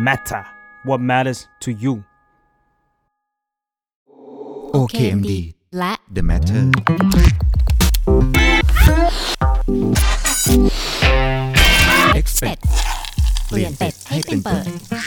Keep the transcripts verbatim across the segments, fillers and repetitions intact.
matter what matters to you โอ เค เอ็ม ดี และ The Matter Expert เปลี่ยนเป็ดให้เป็นเปิด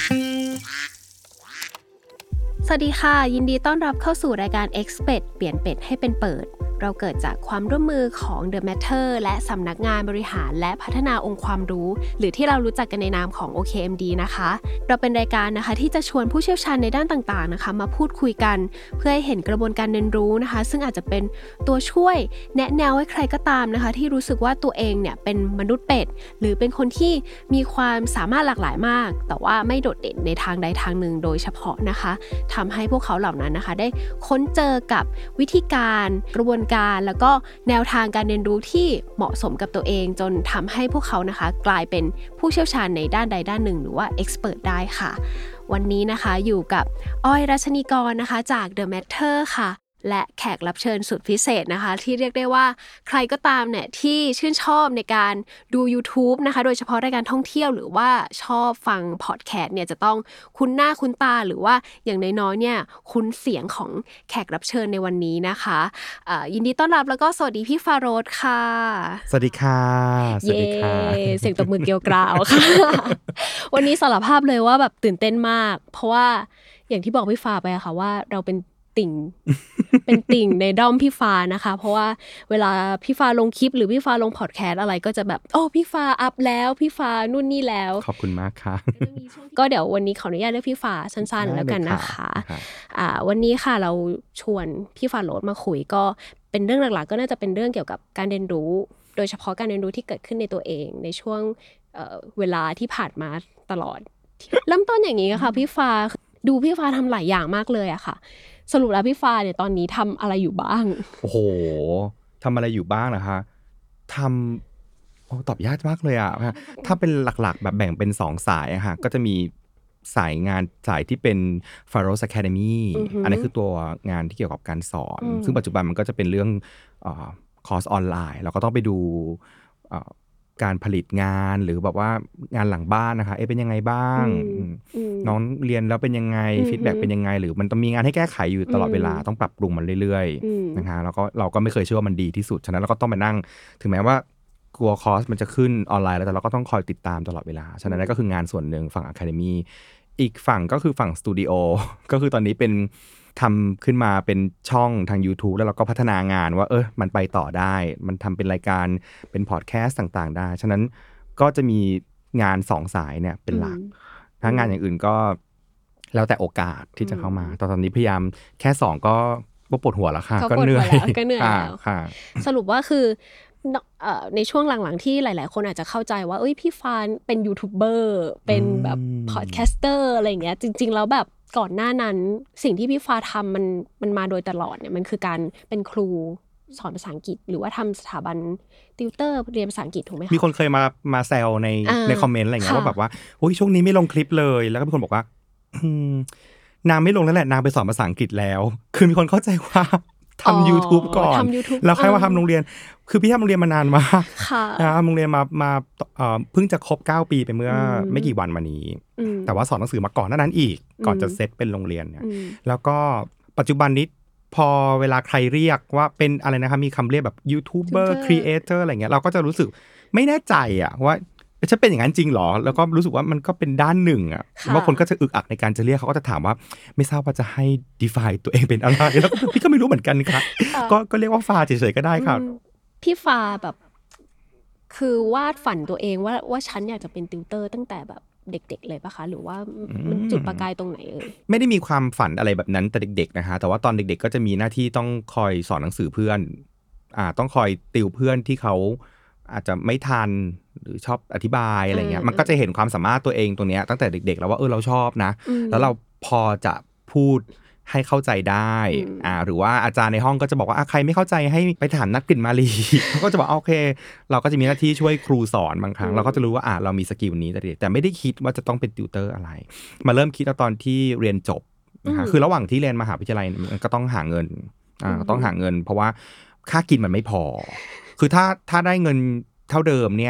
สวัสดีค่ะยินดีต้อนรับเข้าสู่รายการ Expert เปลี่ยนเป็ดให้เป็นเปิดเราเกิดจากความร่วมมือของ The Matter และสำนักงานบริหารและพัฒนาองค์ความรู้หรือที่เรารู้จักกันในนามของ โอ เค เอ็ม ดี นะคะเราเป็นรายการนะคะที่จะชวนผู้เชี่ยวชาญในด้านต่างๆนะคะมาพูดคุยกันเพื่อให้เห็นกระบวนการเรียนรู้นะคะซึ่งอาจจะเป็นตัวช่วยแนะแนวให้ใครก็ตามนะคะที่รู้สึกว่าตัวเองเนี่ยเป็นมนุษย์เป็ดหรือเป็นคนที่มีความสามารถหลากหลายมากแต่ว่าไม่โดดเด่นในทางใดทางหนึ่งโดยเฉพาะนะคะทำให้พวกเขาเหล่านั้นนะคะได้ค้นเจอกับวิธีการกระบวนการแล้วก็แนวทางการเรียนรู้ที่เหมาะสมกับตัวเองจนทำให้พวกเขานะคะกลายเป็นผู้เชี่ยวชาญในด้านใดด้านหนึ่งหรือว่า expert ได้ค่ะวันนี้นะคะอยู่กับอ้อยรัชนีกรนะคะจาก The Matter ค่ะและแขกรับเชิญสุดพิเศษนะคะที่เรียกได้ว่าใครก็ตามเนี่ยที่ชื่นชอบในการดู YouTube นะคะโดยเฉพาะรายการท่องเที่ยวหรือว่าชอบฟังพอดแคสต์เนี่ยจะต้องคุ้นหน้าคุ้นตาหรือว่าอย่างน้อยๆเนี่ยคุ้นเสียงของแขกรับเชิญในวันนี้นะคะอ่ายินดีต้อนรับแล้วก็สวัสดีพี่ฟาโรสค่ะสวัสดีค่ะสวัสดีค่ะเสียงตบมือเกลียวกราวค่ะ วันนี้สารภาพเลยว่าแบบตื่นเต้นมากเพราะว่าอย่างที่บอกพี่ฟาไปอะค่ะว่าเราเป็นติ่ง เป็นติ่งในด้อมพี่ฟ้านะคะเพราะว่าเวลาพี่ฟ้าลงคลิปหรือพี่ฟ้าลงพอดแคสต์อะไรก็จะแบบโอ้พี่ฟ้าอัพแล้วพี่ฟ้านู่นนี่แล้วขอบคุณมากค่ะก็เดี๋ยววันนี้ขออนุญาตเรียกพี่ฟ้าสั้นๆแล้วกันนะคะอ่าวันนี้ค่ะเราชวนพี่ฟ้าโรสมาคุยก็เป็นเรื่องหลักๆก็น่าจะเป็นเรื่องเกี่ยวกับการเรียนรู้โดยเฉพาะการเรียนรู้ที่เกิดขึ้นในตัวเองในช่วงเอ่อเวลาที่ผ่านมาตลอดเริ่มต้นอย่างนี้ค่ะพี่ฟ้าดูพี่ฟ้าทำหลายอย่างมากเลยอะค่ะสรุปแล้วพี่ฟ้าเนี่ยตอนนี้ทำอะไรอยู่บ้างโอ้โหทำอะไรอยู่บ้างนะคะทำโอ้ตอบยากมากเลยอ่ะถ้าเป็นหลักๆแบบแบ่งเป็นสองสายอะค่ะก็จะมีสายงานสายที่เป็น Faros Academy อันนี้คือตัวงานที่เกี่ยวกับการสอนซึ่งปัจจุบันมันก็จะเป็นเรื่องเอ่อคอร์สออนไลน์เราก็ต้องไปดูเอ่อการผลิตงานหรือแบบว่างานหลังบ้านนะคะเอ๊ะเป็นยังไงบ้างน้องเรียนแล้วเป็นยังไงฟีดแบ็กเป็นยังไงหรือมันต้องมีงานให้แก้ไขอยู่ตลอดเวลาต้องปรับปรุงมันเรื่อยๆนะคะแล้วก็เราก็ไม่เคยเชื่อว่ามันดีที่สุดฉะนั้นเราก็ต้องไปนั่งถึงแม้ว่ากลัวคอร์สมันจะขึ้นออนไลน์แล้วแต่เราก็ต้องคอยติดตามตลอดเวลาฉะนั้นนั่นก็คืองานส่วนหนึ่งฝั่ง Academy อีกฝั่งก็คือฝั่งสตูดิโอก็คือตอนนี้เป็นทำขึ้นมาเป็นช่องทาง YouTube แล้วเราก็พัฒนางานว่าเออมันไปต่อได้มันทำเป็นรายการเป็นพอดแคสต์ต่างๆได้ฉะนั้นก็จะมีงานสองสายเนี่ยเป็นหลักถ้างานอย่างอื่นก็แล้วแต่โอกาสที่จะเข้ามาตอนนี้พยายามแค่สองก็ปวดหัวแล้วค่ะก็เหนื่อยก็เหนื่อยแล้วค่ะสรุปว่าคือในช่วงหลังๆที่หลายๆคนอาจจะเข้าใจว่าเอ้ยพี่ฟานเป็นยูทูบเบอร์เป็นแบบพอดแคสเตอร์อะไรอย่างเงี้ยจริงๆแล้วแบบก่อนหน้านั้นสิ่งที่พี่ฟ้าทำมันมันมาโดยตลอดเนี่ยมันคือการเป็นครูสอนภาษาอังกฤษหรือว่าทำสถาบันติวเตอร์เรียนภาษาอังกฤษถูกไหมคะมีคนเคยมามาแซวในในคอมเมนต์อะไรเงี้ยว่าแบบว่าโอ้ยช่วงนี้ไม่ลงคลิปเลยแล้วก็มีคนบอกว่านางไม่ลงแล้วแหละนางไปสอนภาษาอังกฤษแล้วคือมีคนเข้าใจว่าทำ YouTube ก่อนแล้วค่อยมาทำโรงเรียนคือพี่ทำโรงเรียนมานานมากนะโรงเรียนมามาเพิ่งจะครบเก้าปีไปเมื่อไม่กี่วันมานี้แต่ว่าสอนหนังสือมาก่อนนั้นอีกก่อนจะเซตเป็นโรงเรียนเนี่ยแล้วก็ปัจจุบันนี้พอเวลาใครเรียกว่าเป็นอะไรนะคะมีคำเรียกแบบยูทูบเบอร์ครีเอเตอร์อะไรเงี้ยเราก็จะรู้สึกไม่แน่ใจอะว่าจะเป็นอย่างนั้นจริงหรอแล้วก็รู้สึกว่ามันก็เป็นด้านหนึ่งอ่ะบางคนก็จะอึกอักในการจะเรียกเขาก็จะถามว่าไม่ทราบว่าจะให้ define ตัวเองเป็นอะไรแล้วพี่ก็ไม่รู้เหมือนกันครับก็ก็เรียกว่าฟาเฉยๆก็ได้ครับพี่ฟาแบบคือวาดฝันตัวเองว่าว่าฉันอยากจะเป็นติวเตอร์ตั้งแต่แบบเด็กๆเลยปะคะหรือว่ามันจุดประกายตรงไหนเอ่ยไม่ได้มีความฝันอะไรแบบนั้นแต่เด็กๆนะคะแต่ว่าตอนเด็กๆก็จะมีหน้าที่ต้องคอยสอนหนังสือเพื่อนอ่าต้องคอยติวเพื่อนที่เขาอาจจะไม่ทันหรือชอบอธิบายอะไรเงี้ยมันก็จะเห็นความสามารถตัวเองตรงเนี้ยตั้งแต่เด็กๆแล้วว่าเออเราชอบนะแล้วเราพอจะพูดให้เข้าใจได้อ่าหรือว่าอาจารย์ในห้องก็จะบอกว่าใครไม่เข้าใจให้ไปถามนักกลิ่นมาลีเขาก็จะบอกโอเคเราก็จะมีหน้าที่ช่วยครูสอนบางครั้งเราก็จะรู้ว่าอ่าเรามีสกิลนี้แต่เด็กแต่ไม่ได้คิดว่าจะต้องเป็นติวเตอร์อะไรมาเริ่มคิดตอนที่เรียนจบนะคะคือระหว่างที่เรียนมหาวิทยาลัยมันก็ต้องหาเงินอ่าต้องหาเงินเพราะว่าค่ากินมันไม่พอคือถ้าถ้าได้เงินเท่าเดิมเนี่ย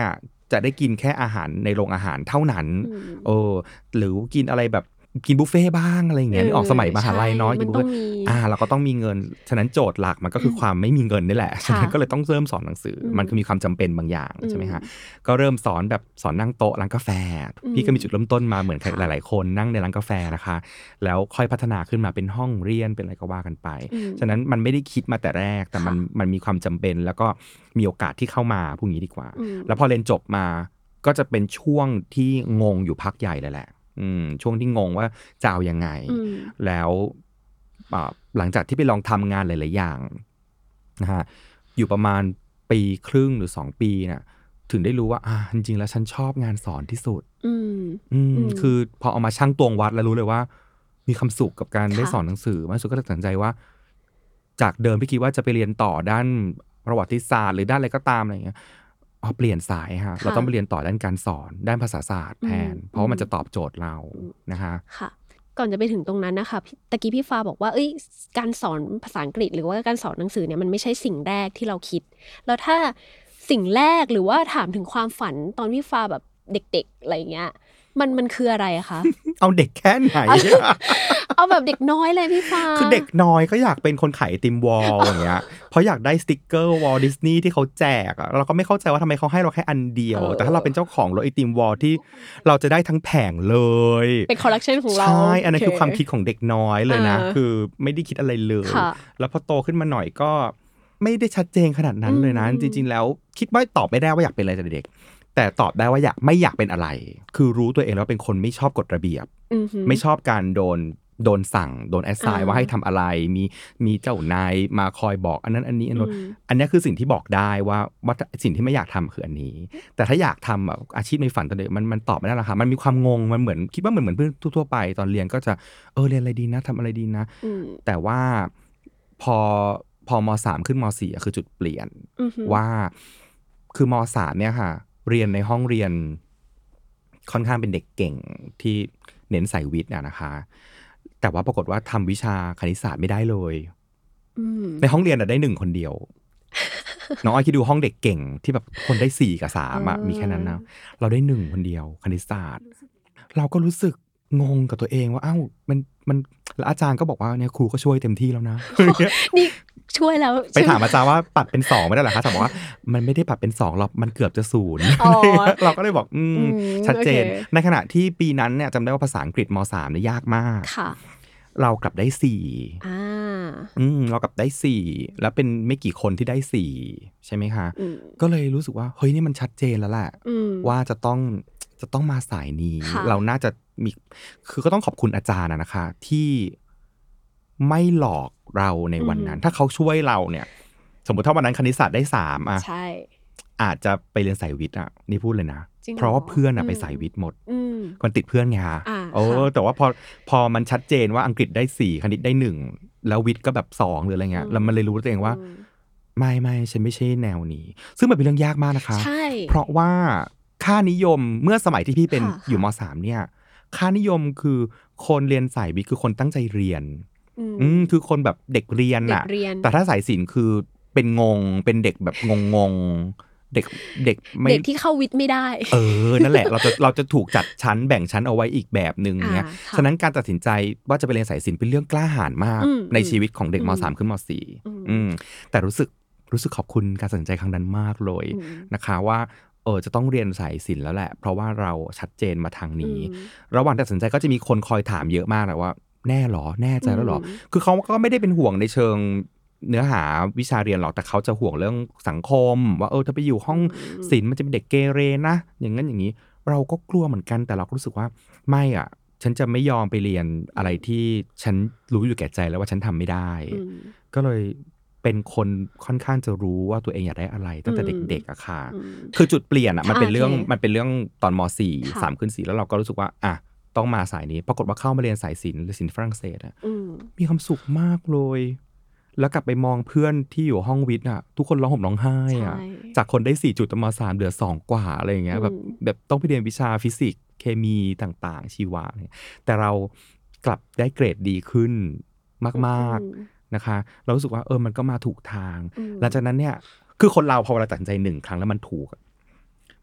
จะได้กินแค่อาหารในโรงอาหารเท่านั้นอืมเออหรือกินอะไรแบบกินบุฟเฟ่ต์บ้างอะไรอย่างเงี้ยเออนึกออกสมัยมหาลัยเนาะใช่กินบุฟมันต้เฟ่องมีต์อ่าเราก็ต้องมีเงินฉะนั้นโจทย์หลักมันก็คือความไม่มีเงินนี่แหละฉะนั้นก็เลยต้องเริ่มสอนหนังสืออมมันคือมีความจำเป็นบางอย่างอืมใช่ไหมฮะก็เริ่มสอนแบบสอนนั่งโต๊ะร้านกาแฟอืมพี่ก็มีจุดเริ่มต้นมาเหมือนค่ะหลายๆคนนั่งในร้านกาแฟนะคะ แล้วค่อยพัฒนาขึ้นมาเป็นห้องเรียนเป็นอะไรก็ว่ากันไปอืมฉะนั้นมันไม่ได้คิดมาแต่แรกแต่มันค่ะมันมีความจำเป็นแล้วก็มีโอกาสที่เข้ามาพวกนี้ดีกว่าอืมแล้วพอเรียนจบมาก็จะเป็นช่วงที่งงอยู่พักใหญ่เลยแหละอืมช่วงที่งงว่าจะเอายังไงอืมแล้วอ่าหลังจากที่ไปลองทำงานหลาย ๆ อย่างนะฮะอยู่ประมาณปีครึ่งหรือสองปีเนี่ยถึงได้รู้ว่าอ่าจริง ๆ แล้วฉันชอบงานสอนที่สุดอืมอืมอืมคือพอเอามาชั่งตวงวัดแล้วรู้เลยว่า มีความสุขกับการได้ค่ะสอนหนังสือมากสุดก็ตัดสินใจว่า จากเดิมที่คิดว่าจะไปเรียนต่อด้านประวัติศาสตร์หรือด้านอะไรก็ตามอะไรอย่างเงี้ยอ๋อเปลี่ยนสายฮะเราต้องไปเรียนต่อด้านการสอนด้านภาษาศาสตร์แทน เพราะว่ามันจะตอบโจทย์เรานะฮะค่ะ ก่อนจะไปถึงตรงนั้นนะคะพี่ตะกี้พี่ฟ้าบอกว่าเอ้ยการสอนภาษาอังกฤษหรือว่าการสอนหนังสือเนี่ยมันไม่ใช่สิ่งแรกที่เราคิด แล้วถ้าสิ่งแรกหรือว่าถามถึงความฝันตอนพี่ฟ้าแบบเด็กๆอะไรเงี้ยมันมันคืออะไรอะคะเอาเด็กแค่ไหนเอาแบบเด็กน้อยเลยพี่ฟ้าคือเด็กน้อยก็อยากเป็นคนขายไอติมวอลอย่างเงี้ย เพราะอยากได้สติกเกอร์วอลดิสนีย์ที่เขาแจกอะเราก็ไม่เข้าใจว่าทำไมเขาให้เราแค่อันเดียวเออแต่ถ้าเราเป็นเจ้าของรถไอติมวอลที่เราจะได้ทั้งแผงเลยเป็นคอลเลคชันของเราใช่อันนั้นโคือความคิดของเด็กน้อยเลยนะเออคือไม่ได้คิดอะไรเลยค่ะแล้วพอโตขึ้นมาหน่อยก็ไม่ได้ชัดเจนขนาดนั้นเลยนะอืมจริงๆแล้วคิดว่าตอบไม่ได้ว่าอยากเป็นอะไรแต่เด็ก แต่ตอบได้ว่าอยากไม่อยากเป็นอะไร คือรู้ตัวเองแล้วเป็นคนไม่ชอบกฎระเบียบอือหือไม่ชอบการโดนโดนสั่งโดนแอสไซน์อ่าว่าให้ทำอะไรมีมีเจ้านายมาคอยบอกอันนั้นอันนี้อันนู้นอืมอันนี้คือสิ่งที่บอกได้ว่าว่าสิ่งที่ไม่อยากทำคืออันนี้ แต่ถ้าอยากทำแบบอาชีพในฝันตอนเด็กมันมันตอบไม่ได้หรอกค่ะมันมีความงงมันเหมือนคิดว่าเหมือนเหมือนเพื่อนทั่วๆไปตอนเรียนก็จะเออเรียนอะไรดีนะทำอะไรดีนะอืมแต่ว่าพอพอมสามขึ้นมสี่อะคือจุดเปลี่ยนอือหือว่าคือมสามเนี่ยค่ะ เรียนในห้องเรียนค่อนข้างเป็นเด็กเก่งที่เน้นสายวิทย์อะนะคะ แต่ว่าปรากฏว่าทำวิชาคณิตศาสตร์ไม่ได้เลยอืมในห้องเรียนอะได้หนึ่งคนเดียว น้องอ้อยคิดดูห้องเด็กเก่งที่แบบคนได้สี่กับสามอะเออมีแค่นั้นนะเราได้หนึ่งคนเดียวคณิตศาสตร์ เราก็รู้สึกงงกับตัวเองว่าอ้าวมันมันแล้วอาจารย์ก็บอกว่าเนี่ยครูก็ช่วยเต็มที่แล้วนะนี่ช่วยแล้วไปถามอาจารย์ว่าปัดเป็นสองไม่ได้เหรอคะอาจารย์บอกว่ามันไม่ได้ปัดเป็นสองหรอกมันเกือบจะศูนย์อ๋อเราก็เลยบอกอืมอืมชัดเจนโอเคในขณะที่ปีนั้นเนี่ยจำได้ว่าภาษาอังกฤษมสามเนี่ยยากมากค่ะเรากลับได้สี่อ่าอืมเรากลับได้สี่แล้วเป็นไม่กี่คนที่ได้สี่ใช่ไหมคะอืมก็เลยรู้สึกว่าเฮ้ยนี่มันชัดเจนแล้วแหละอืมว่าจะต้องจะต้องมาสายนี้ค่ะเราน่าจะมีคือก็ต้องขอบคุณอาจารย์อะนะคะ ที่ไม่หลอกเราในวันนั้น ถ้าเขาช่วยเราเนี่ย สมมติถ้าวันนั้นคณิตศาสตร์ได้สามอะใช่อาจจะไปเรียนสายวิทย์อะนี่พูดเลยนะจริงเหรอเพราะว่าเพื่อนอะอืมไปสายวิทย์หมดอืมคนติดเพื่อนไงคะอ่าโอ้ค่ะแต่ว่าพอพอมันชัดเจนว่าอังกฤษได้สี่คณิตได้หนึ่งแล้ววิทย์ก็แบบสองหรืออะไรเงี้ยอืมแล้วมันเลยรู้ตัวเองว่าอืมไม่ไม่ฉันไม่ใช่แนวนี้ ซึ่งมันเป็นเรื่องยากมากนะคะใช่เพราะว่าค่านิยมเมื่อสมัยที่พี่เป็นค่ะอยู่มสามเนี่ย ค่านิยมคือคนเรียนสายวิทย์คือคนตั้งใจเรียนอืมอืมคือคนแบบเด็กเรียนเด็น่ะกเรียนแต่ถ้าสายศิลป์คือเป็นงงเป็นเด็กแบบงงงๆเด็กเด็กไม่เด็กที่เข้าวิทย์ไม่ได้เออ นั่นแหละ เราจะเราจะถูกจัดชั้นแบ่งชั้นเอาไว้อีกแบบหนึ่งเนี้ยอ่าค่ะฉะนั้นการตัดสินใจว่าจะไปเรียนสายศิลป์เป็นเรื่องกล้าหาญมากอืมในชีวิตของเด็กอืมมสามขึ้นมสี่อืมอืมแต่รู้สึกรู้สึกขอบคุณการตัดสินใจครั้งนั้นมากเลยอืมนะคะว่าเออจะต้องเรียนสายศิลป์แล้วแหละ เพราะว่าเราชัดเจนมาทางนี้อืมระหว่างตัดสินใจก็จะมีคนคอยถามเยอะมากแหละว่า แน่หรอแน่ใจแล้วหรออืมคือเขาก็ไม่ได้เป็นห่วงในเชิงเนื้อหาวิชาเรียนหรอกแต่เขาจะห่วงเรื่องสังคม ว่าเออถ้าไปอยู่ห้องศิลป์มันจะเป็นเด็กเกเรนะอย่างนั้นอย่างนี้ เราก็กลัวเหมือนกันแต่เราก็รู้สึกว่าไม่อ่ะ ฉันจะไม่ยอมไปเรียนอะไรที่ฉันรู้อยู่แก่ใจแล้วว่าฉันทำไม่ได้อืมก็เลยเป็นคนค่อนข้างจะรู้ว่าตัวเองอยากได้อะไรตั้งแต่เด็กๆอะค่ะอืมคือจุดเปลี่ยนอะมันเป็นเรื่องโอเคมันเป็นเรื่องตอนมสี่ค่ะสามขึ้นสี่แล้วเราก็รู้สึกว่าอ่ะต้องมาสายนี้ปรากฏว่าเข้ามาเรียนสายศิลป์หรือศิลป์ฝรั่งเศสอะอืมมีความสุขมากเลย แล้วกลับไปมองเพื่อนที่อยู่ห้องวิทย์อะทุกคนร้องห่มร้องไห้อะใช่จากคนได้สี่จุดมาสามเหลือสองกว่าอะไรอย่างเงี้ยแบบอืมแบบต้องไปเรียนวิชาฟิสิกส์เคมีต่างๆ ชีวะเนี่ยแต่เรากลับได้เกรดดีขึ้นมากๆนะคะ เรารู้สึกว่าเออมันก็มาถูกทางอืมหลังจากนั้นเนี่ยคือคนเราพอเราตัดสินใจหนึ่งครั้งแล้วมันถูกอะ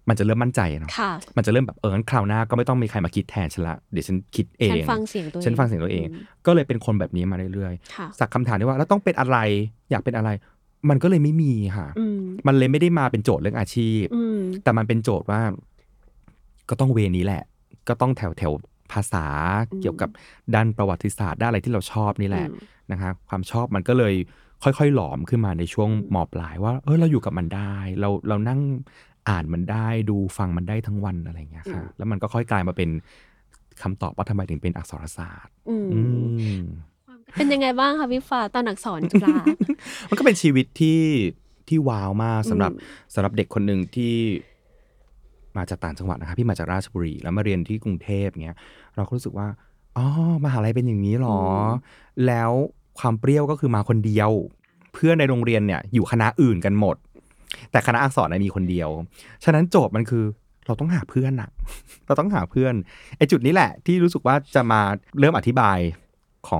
มันจะเริ่มมั่นใจเนาะค่ะมันจะเริ่มแบบเอองั้นคราวหน้าก็ไม่ต้องมีใครมาคิดแทนฉันละเดี๋ยวฉันคิดเองฉันฟังเสียงตัวเองฉันฟังเสียงตัวเอง ก็เลยเป็นคนแบบนี้มาเรื่อยค่ะๆสักคำถามที่ว่าแล้วต้องเป็นอะไรอยากเป็นอะไรมันก็เลยไม่มีค่ะอืมมันเลยไม่ได้มาเป็นโจทย์เรื่องอาชีพอืมแต่มันเป็นโจทย์ว่าก็ต้องเวนี้แหละ ก็ต้องแถวแถวภาษาอืมเกี่ยวกับด้านประวัติศาสตร์ด้านอะไรที่เราชอบนี่แหละอืมนะครับความชอบมันก็เลยค่อยๆหลอมขึ้นมาในช่วงมปลายว่าเออเราอยู่กับมันได้ เราเรานั่งอ่านมันได้ดูฟังมันได้ทั้งวันอะไรอย่างเงี้ยค่ะ แล้วมันก็ค่อยกลายมาเป็นคำตอบว่าทำไมถึงเป็นอักษรศาสตร์อืมอืมเป็นยังไงบ้างคะพี่ฟ้าตอนอักษรจุฬามันก็เป็นชีวิตที่ที่ว้าวมากสำหรับอืมสำหรับเด็กคนหนึ่งที่มาจากต่างจังหวัดนะครับพี่มาจากราชบุรีแล้วมาเรียนที่กรุงเทพเงี้ยเราก็รู้สึกว่าอ๋อมหาลัยเป็นอย่างนี้หรอ แล้วความเปรี้ยวก็คือมาคนเดียว เพื่อนในโรงเรียนเนี่ยอยู่คณะอื่นกันหมด แต่คณะอักษรมีคนเดียว ฉะนั้นโจทย์มันคือเราต้องหาเพื่อนอะ เราต้องหาเพื่อนไอ้จุดนี้แหละที่รู้สึกว่าจะมาเริ่มอธิบายของ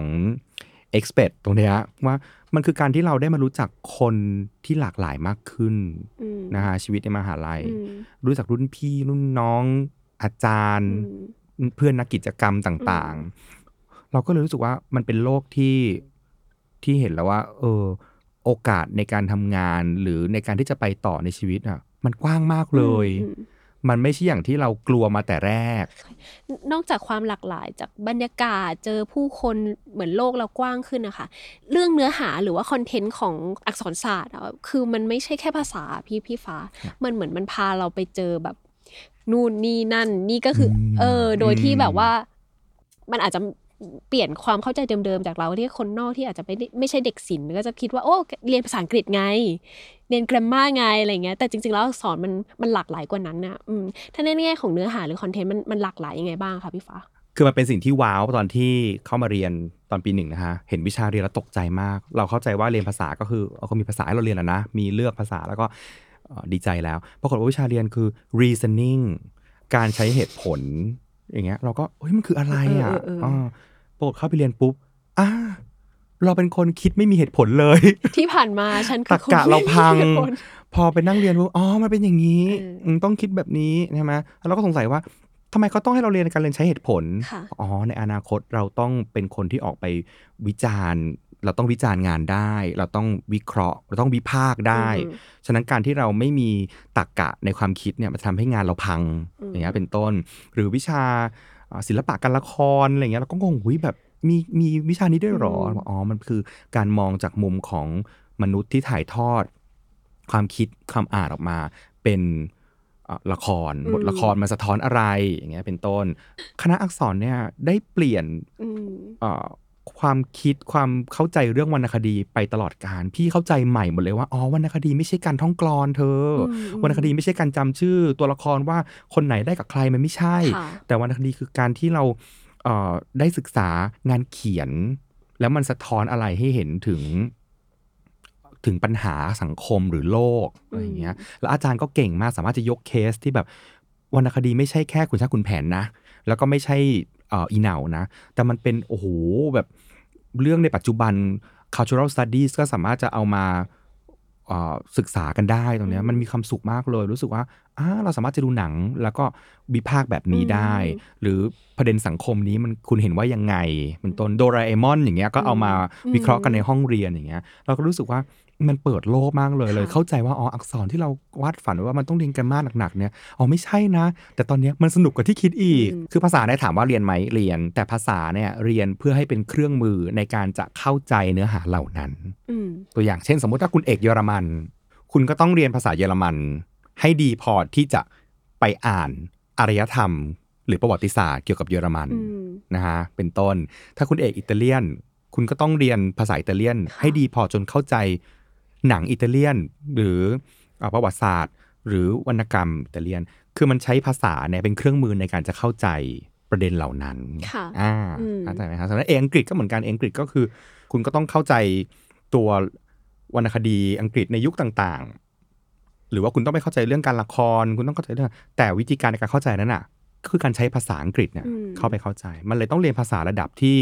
expert ตรงเนี้ยว่ามันคือการที่เราได้มารู้จักคนที่หลากหลายมากขึ้นอืมนะฮะชีวิตในมหาลัยอืมรู้จักรุ่นพี่รุ่นน้องอาจารย์อืมเพื่อนนักกิจกรรมต่างๆ เราก็เลยรู้สึกว่ามันเป็นโลกที่ที่เห็นแล้วว่า เออ โอกาสในการทำงานหรือในการที่จะไปต่อในชีวิตอ่ะ มันกว้างมากเลยอืมมันไม่ใช่อย่างที่เรากลัวมาแต่แรกนอกจากความหลากหลายจากบรรยากาศเจอผู้คนเหมือนโลกเรากว้างขึ้นนะคะเรื่องเนื้อหาหรือว่าคอนเทนต์ของอักษรศาสตร์อะคือมันไม่ใช่แค่ภาษาพี่พี่ฟ้า มันเหมือนมันพาเราไปเจอแบบนู่นนี่นั่น นี่ก็คืออมเออ โดยที่อืมแบบว่ามันอาจจะเปลี่ยนความเข้าใจเดิมๆจากเราที่คนนอกที่อาจจะไม่ได้ไม่ใช่เด็กศิลป์ก็จะคิดว่าโอ้เรียนภาษาอังกฤษไง เรียน grammar ไงอะไรเงี้ยแต่จริงๆแล้วอักษรมันมันหลากหลายกว่านั้นนะอืมถ้าในแง่ของเนื้อหาหรือคอนเทนต์มันมันหลากหลายยังไงบ้างคะพี่ฟ้าคือมันเป็นสิ่งที่ว้าวตอนที่เข้ามาเรียนตอนปีหนึ่งนะฮะเห็นวิชาเรียนแล้วตกใจมาก เราเข้าใจว่าเรียนภาษาก็คือเอาก็มีภาษาให้เราเรียนแล้วนะมีเลือกภาษาแล้วก็เอ่อดีใจแล้วปรากฏว่าวิชาเรียนคือ reasoning การใช้เหตุผลอย่างเงี้ยเราก็เฮ้ยมันคืออะไรอ่ะเออเออเอออ่าปรากฏเข้าไปเรียนปุ๊บอ่าเราเป็นคนคิดไม่มีเหตุผลเลยที่ผ่านมาฉันคืตรอรคนกะเราพังไม่มีเหตุผลพอไปนั่งเรียนว่าอ๋อมันเป็นอย่างนี้เอออืมต้องคิดแบบนี้ใช่ไหมแล้วเราก็สงสัยว่าทำไมเขาต้องให้เราเรียนการเรียนใช้เหตุผลค่ะอ๋อในอนาคตเราต้องเป็นคนที่ออกไปวิจารณ์ เราต้องวิจารณ์งานได้ เราต้องวิเคราะห์ เราต้องวิพากษ์ได้อืมฉะนั้นการที่เราไม่มีตรรกะในความคิดเนี่ยมันทำให้งานเราพังอืมอย่างเงี้ยเป็นต้น หรือวิชาอ่าศิลปะการละครอะไรเงี้ยเราก็งงหุยแบบมีมีวิชานี้ด้วยเหรออ๋อมันคือการมองจากมุมของมนุษย์ที่ถ่ายทอด ความคิดความอ่านออกมาเป็นเอ่อละครอืมบทละครมันสะท้อนอะไรอย่างเงี้ยเป็นต้น คณะอักษรเนี่ยได้เปลี่ยนอืมเอ่อความคิดความเข้าใจเรื่องวรรณคดีไปตลอดกาลพี่เข้าใจใหม่หมดเลยว่าอ๋อวรรณคดีไม่ใช่การท่องกลอนเธออมวรรณคดีไม่ใช่การจำชื่อตัวละครว่าคนไหนได้กับใครมันไม่ใช่ค่ะแต่วรรณคดีคือการที่เราเอ่อได้ศึกษางานเขียน แล้วมันสะท้อนอะไรให้เห็นถึง ถึงปัญหาสังคมหรือโลกอะไรอย่างเงี้ย แล้วอาจารย์ก็เก่งมากสามารถจะยกเคสที่แบบวรรณคดีไม่ใช่แค่ขุนช้างขุนแผนนะ แล้วก็ไม่ใช่เอ่ออีเหนานะ แต่มันเป็นโอ้โหแบบเรื่องในปัจจุบัน cultural studies ก็สามารถจะเอามาเอ่อศึกษากันได้ตรงเนี้ยอืมมันมีความสุขมากเลย รู้สึกว่าอ่าเราสามารถจะดูหนังแล้วก็วิพากษ์แบบนี้ได้อืมหรือประเด็นสังคมนี้มันคุณเห็นว่ายังไงเป็นต้นโดราเอมอนอย่างเงี้ยก็เอามาอืมวิเคราะห์กันในห้องเรียนอย่างเงี้ยเราก็รู้สึกว่ามันเปิดโลกมากเลยค่ะเลยเข้าใจว่าอ๋ออักษรที่เราวาดฝันไว้ว่ามันต้องเรียนแกรมมาหนักๆเนี่ยอ๋อไม่ใช่นะ แต่ตอนเนี้ยมันสนุกกว่าที่คิดอีก คือภาษาเนี่ยถามว่าเรียนไหมเรียน แต่ภาษาเนี่ยเรียนเพื่อให้เป็นเครื่องมือในการจะเข้าใจเนื้อหาเหล่านั้นอืมตัวอย่างเช่น สมมุติถ้าคุณเอกเยอรมัน คุณก็ต้องเรียนภาษาเยอรมัน ให้ดีพอที่จะไปอ่านอารยธรรม หรือประวัติศาสตร์เกี่ยวกับเยอรมันอืมนะฮะเป็นต้น ถ้าคุณเอกอิตาเลียน คุณก็ต้องเรียนภาษาอิตาเลียน ให้ดีพอจนเข้าใจหนังอิตาเลียน หรือเอ่อประวัติศาสตร์ หรือวรรณกรรมอิตาเลียน คือมันใช้ภาษาเนี่ยเป็นเครื่องมือในการจะเข้าใจประเด็นเหล่านั้นค่ะอ่าอืมเข้าใจไหมครับสำหรับเอกอังกฤษก็เหมือนกันเอกอังกฤษก็คือ คุณก็ต้องเข้าใจตัววรรณคดีอังกฤษในยุคต่างๆ หรือว่าคุณต้องไปเข้าใจเรื่องการละคร คุณต้องเข้าใจเรื่องแต่วิธีการในการเข้าใจนั้นน่ะก็คือการใช้ภาษาอังกฤษเนี่ยอืมเข้าไปเข้าใจ มันเลยต้องเรียนภาษาระดับที่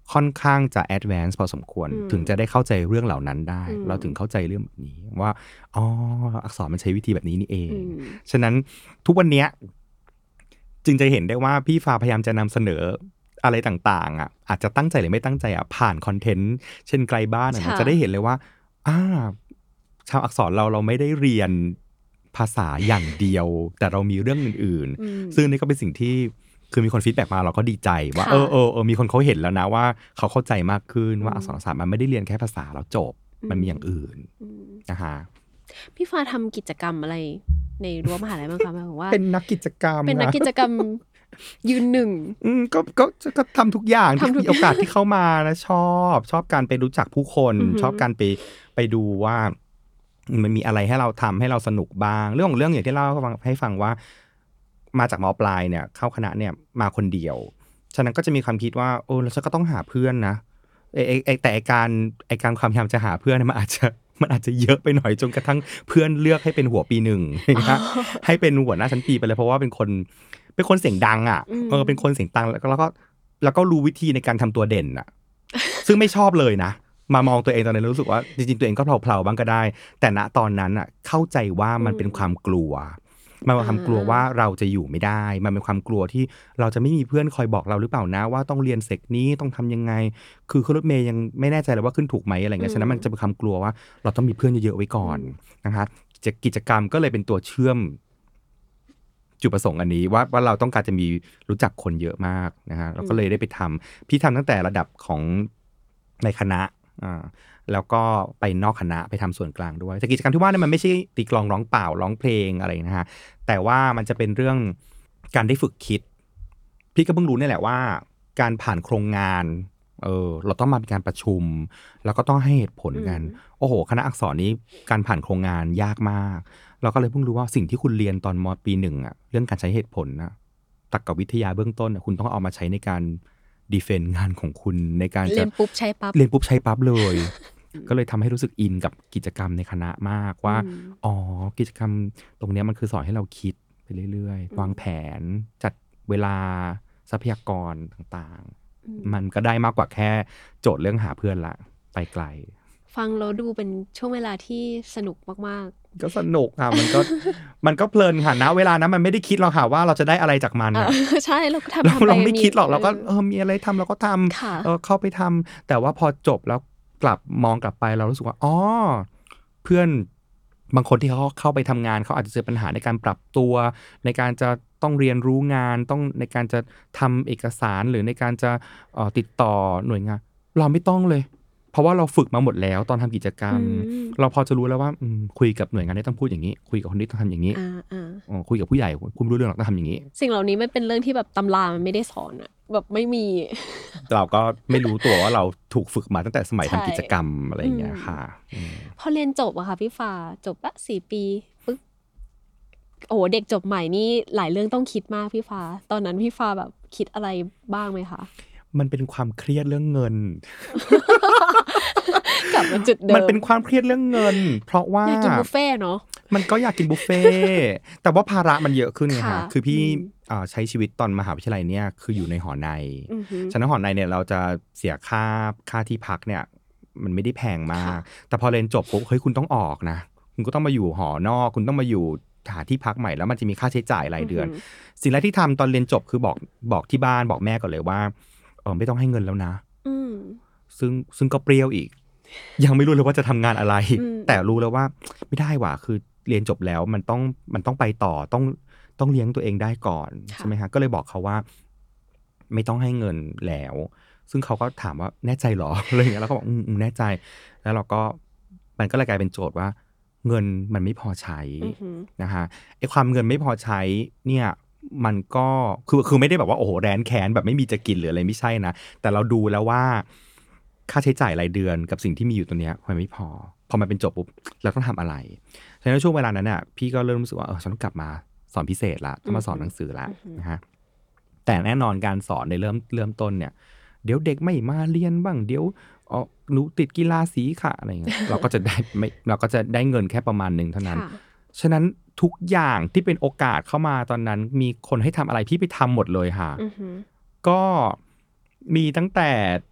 ค่อนข้างจะ advance พอสมควรถึงจะได้เข้าใจเรื่องเหล่านั้นได้เราถึงเข้าใจเรื่องแบบนี้ว่าอ๋ออักษรมันใช้วิธีแบบนี้นี่เองฉะนั้นทุกวันนี้จึงจะเห็นได้ว่าพี่ฟ้าพยายามจะนำเสนออะไรต่างๆอ่ะอาจจะตั้งใจหรือไม่ตั้งใจอ่ะผ่านคอนเทนต์เช่นไกลบ้านอ่ะจะได้เห็นเลยว่าอ่าชาวอักษรเราเราไม่ได้เรียนภาษาอย่างเดียวแต่เรามีเรื่องอื่นๆซึ่งนี่ก็เป็นสิ่งที่คือมีคนฟีดแบ็กมาเราก็ดีใจว่าเออเออเออมีคนเขาเห็นแล้วนะว่าเขาเข้าใจมากขึ้นว่าอักษรศาสตร์มันไม่ได้เรียนแค่ภาษาแล้วจบมันมีอย่างอื่นนะฮะพี่ฟ้าทำกิจกรรมอะไรในรั้วมหาลัยบ้างคะหมายถึงว่าเป็นนักกิจกรรมเป็นนักกิจกรรมยืนหนึ่งอืมก็ก็ก็ทำทุกอย่างที่มีโอกาสที่เข้ามานะชอบชอบการไปรู้จักผู้คนชอบการไปไปดูว่ามันมีอะไรให้เราทำให้เราสนุกบ้างเรื่องของเรื่องอย่างที่เล่าให้ฟังว่ามาจากม.ปลายเนี่ยเข้าคณะเนี่ยมาคนเดียวฉะนั้นก็จะมีความคิดว่าโอ้แล้วฉันก็ต้องหาเพื่อนนะไอ้ไอ้แต่ไอ้การไอ้การความพยายามจะหาเพื่อนมันอาจจะมันอาจจะเยอะไปหน่อยจนกระทั่งเพื่อนเลือกให้เป็นหัวปีหนึ่งนะให้เป็นหัวหน้าชั้นปีไปเลยเพราะว่าเป็นคนเป็นคนเสียงดังอ่ะเออเป็นคนเสียงดังแล้วก็แล้วก็รู้วิธีในการทำตัวเด่นอ่ะซึ่งไม่ชอบเลยนะมามองตัวเองตอนนั้นรู้สึกว่าจริงๆตัวเองก็เพลาๆบ้างก็ได้แต่ณตอนนั้นอ่ะเข้าใจว่ามันเป็นความกลัวมันเป็นความกลัวว่าเราจะอยู่ไม่ได้มันเป็นความกลัวที่เราจะไม่มีเพื่อนคอยบอกเราหรือเปล่านะว่าต้องเรียนเซกนี้ต้องทำยังไงคือขึ้นรถเมย์ยังไม่แน่ใจเลยว่าขึ้นถูกไหมอะไรเงี้ยฉะนั้นมันจะเป็นความกลัวว่าเราต้องมีเพื่อนเยอะๆไว้ก่อนนะคะกิจกรรมก็เลยเป็นตัวเชื่อมจุดประสงค์อันนี้ว่าว่าเราต้องการจะมีรู้จักคนเยอะมากนะฮะเราก็เลยได้ไปทำพี่ทำตั้งแต่ระดับของในคณะอ่าแล้วก็ไปนอกคณะไปทำส่วนกลางด้วยแต่กิจกรรมที่ว่านี่มันไม่ใช่ตีกลองร้องเปล่าร้องเพลงอะไรนะฮะแต่ว่ามันจะเป็นเรื่องการได้ฝึกคิดพี่ก็เพิ่งรู้นี่แหละว่าการผ่านโครงงานเออเราต้องมาเป็นการประชุมแล้วก็ต้องให้เหตุผลกันโอ้โหคณะอักษรนี้การผ่านโครงงานยากมากเราก็เลยเพิ่งรู้ว่าสิ่งที่คุณเรียนตอนม.ปีหนึ่งอ่ะเรื่องการใช้เหตุผลนะตรรกวิทยาเบื้องต้นคุณต้องเอามาใช้ในการดีเฟนต์งานของคุณในการจะเรียนปุ๊บใช้ปั๊บเรียนปุ๊บใช้ปั๊บเลยก็เลยทำให้รู้สึกอินกับกิจกรรมในคณะมากว่าอ๋อกิจกรรมตรงนี้มันคือสอนให้เราคิดไปเรื่อยๆวางแผนจัดเวลาทรัพยากรต่างๆมันก็ได้มากกว่าแค่โจทย์เรื่องหาเพื่อนละไปไกลฟังแล้วดูเป็นช่วงเวลาที่สนุกมากๆก็สนุกค่ะมันก็มันก็เพลินค่ะณเวลานั้นมันไม่ได้คิดหรอกค่ะว่าเราจะได้อะไรจากมันอ่ะใช่เราก็ทำเราเราไม่คิดหรอกเราก็เออมีอะไรทำเราก็ทำเออเข้าไปทำแต่ว่าพอจบแล้วกลับมองกลับไปเรารู้สึกว่าอ๋อเพื่อนบางคนที่เขาเข้าไปทำงานเขาอาจจะเจอปัญหาในการปรับตัวในการจะต้องเรียนรู้งานต้องในการจะทำเอกสารหรือในการจะเอ่อติดต่อหน่วยงานเราไม่ต้องเลยเพราะว่าเราฝึกมาหมดแล้วตอนทำกิจกรรมเราพอจะรู้แล้วว่าคุยกับหน่วยงานนี้ต้องพูดอย่างนี้คุยกับคนนี้ต้องทำอย่างนี้อ๋อคุยกับผู้ใหญ่คุณรู้เรื่องหรอกต้องทำอย่างนี้สิ่งเหล่านี้ไม่เป็นเรื่องที่แบบตำรามันไม่ได้สอนอะแบบไม่มีเราก็ไม่รู้ตัวว่าเราถูกฝึกมาตั้งแต่สมัยทำกิจกรรมอะไรอย่างเงี้ยค่ะพอเรียนจบอะค่ะพี่ฟ้าจบละสี่ปีปึ๊บโอ้เด็กจบใหม่นี่หลายเรื่องต้องคิดมากพี่ฟ้าตอนนั้นพี่ฟ้าแบบคิดอะไรบ้างไหมคะมันเป็นความเครียดเรื่องเงินกลับมาจุดเดิมมันเป็นความเครียดเรื่องเงินเพราะว่าอยากกินบุฟเฟ่เนาะมันก็อยากกินบุฟเฟ่แต่ว่าภาระมันเยอะขึ้นไงคะคือพี่ใช้ชีวิตตอนมหาวิทยาลัยเนี่ยคืออยู่ในหอในฉะนั้นหอในเนี่ยเราจะเสียค่าค่าที่พักเนี่ยมันไม่ได้แพงมากแต่พอเรียนจบปุ๊บเฮ้ยคุณต้องออกนะคุณก็ต้องมาอยู่หอนอกคุณต้องมาอยู่หาที่พักใหม่แล้วมันจะมีค่าใช้จ่ายรายเดือนสิ่งแรกที่ทำตอนเรียนจบคือบอกบอกที่บ้านบอกแม่ก่อนเลยว่าเออไม่ต้องให้เงินแล้วนะซึ่งซึ่งก็เปรี้ยวอีกยังไม่รู้เลยว่าจะทำงานอะไรแต่รู้แล้วว่าไม่ได้ว่ะคือเรียนจบแล้วมันต้องมันต้องไปต่อต้องต้องเลี้ยงตัวเองได้ก่อนใช่ไหมฮะก็เลยบอกเขาว่าไม่ต้องให้เงินแล้วซึ่งเขาก็ถามว่าแน่ใจหรออะไรอย่างเงี้ยแล้วก็บอกอืมแน่ใจแล้วเราก็มันก็เลยกลายเป็นโจทย์ว่าเงินมันไม่พอใช้นะฮะไอ้ความเงินไม่พอใช้เนี่ยมันก็คือคือไม่ได้แบบว่าโอ้โหแร้นแค้นแบบไม่มีจะกินหรืออะไรไม่ใช่นะแต่เราดูแล้วว่าค่าใช้จ่ายรายเดือนกับสิ่งที่มีอยู่ตัวเนี้ยมันไม่พอพอมันเป็นจบปุ๊บเราต้องทำอะไรฉะนั้นช่วงเวลานั้นน่ะพี่ก็เริ่มรู้สึกว่าเออฉันต้องกลับมาสอนพิเศษละต้องมาสอนหนังสือละนะฮะแต่แน่นอนการสอนในเริ่มเริ่มต้นเนี่ยเดี๋ยวเด็กไม่มาเรียนบ้างเดี๋ยวอ๋อหนูติดกีฬาสีค่ะอะไรเงี้ยเราก็จะได้ไม่เราก็จะได้เงินแค่ประมาณนึงเท่านั้นฉะนั้นทุกอย่างที่เป็นโอกาสเข้ามาตอนนั้นมีคนให้ทำอะไรพี่ไปทำหมดเลยค่ะก็มีตั้งแต่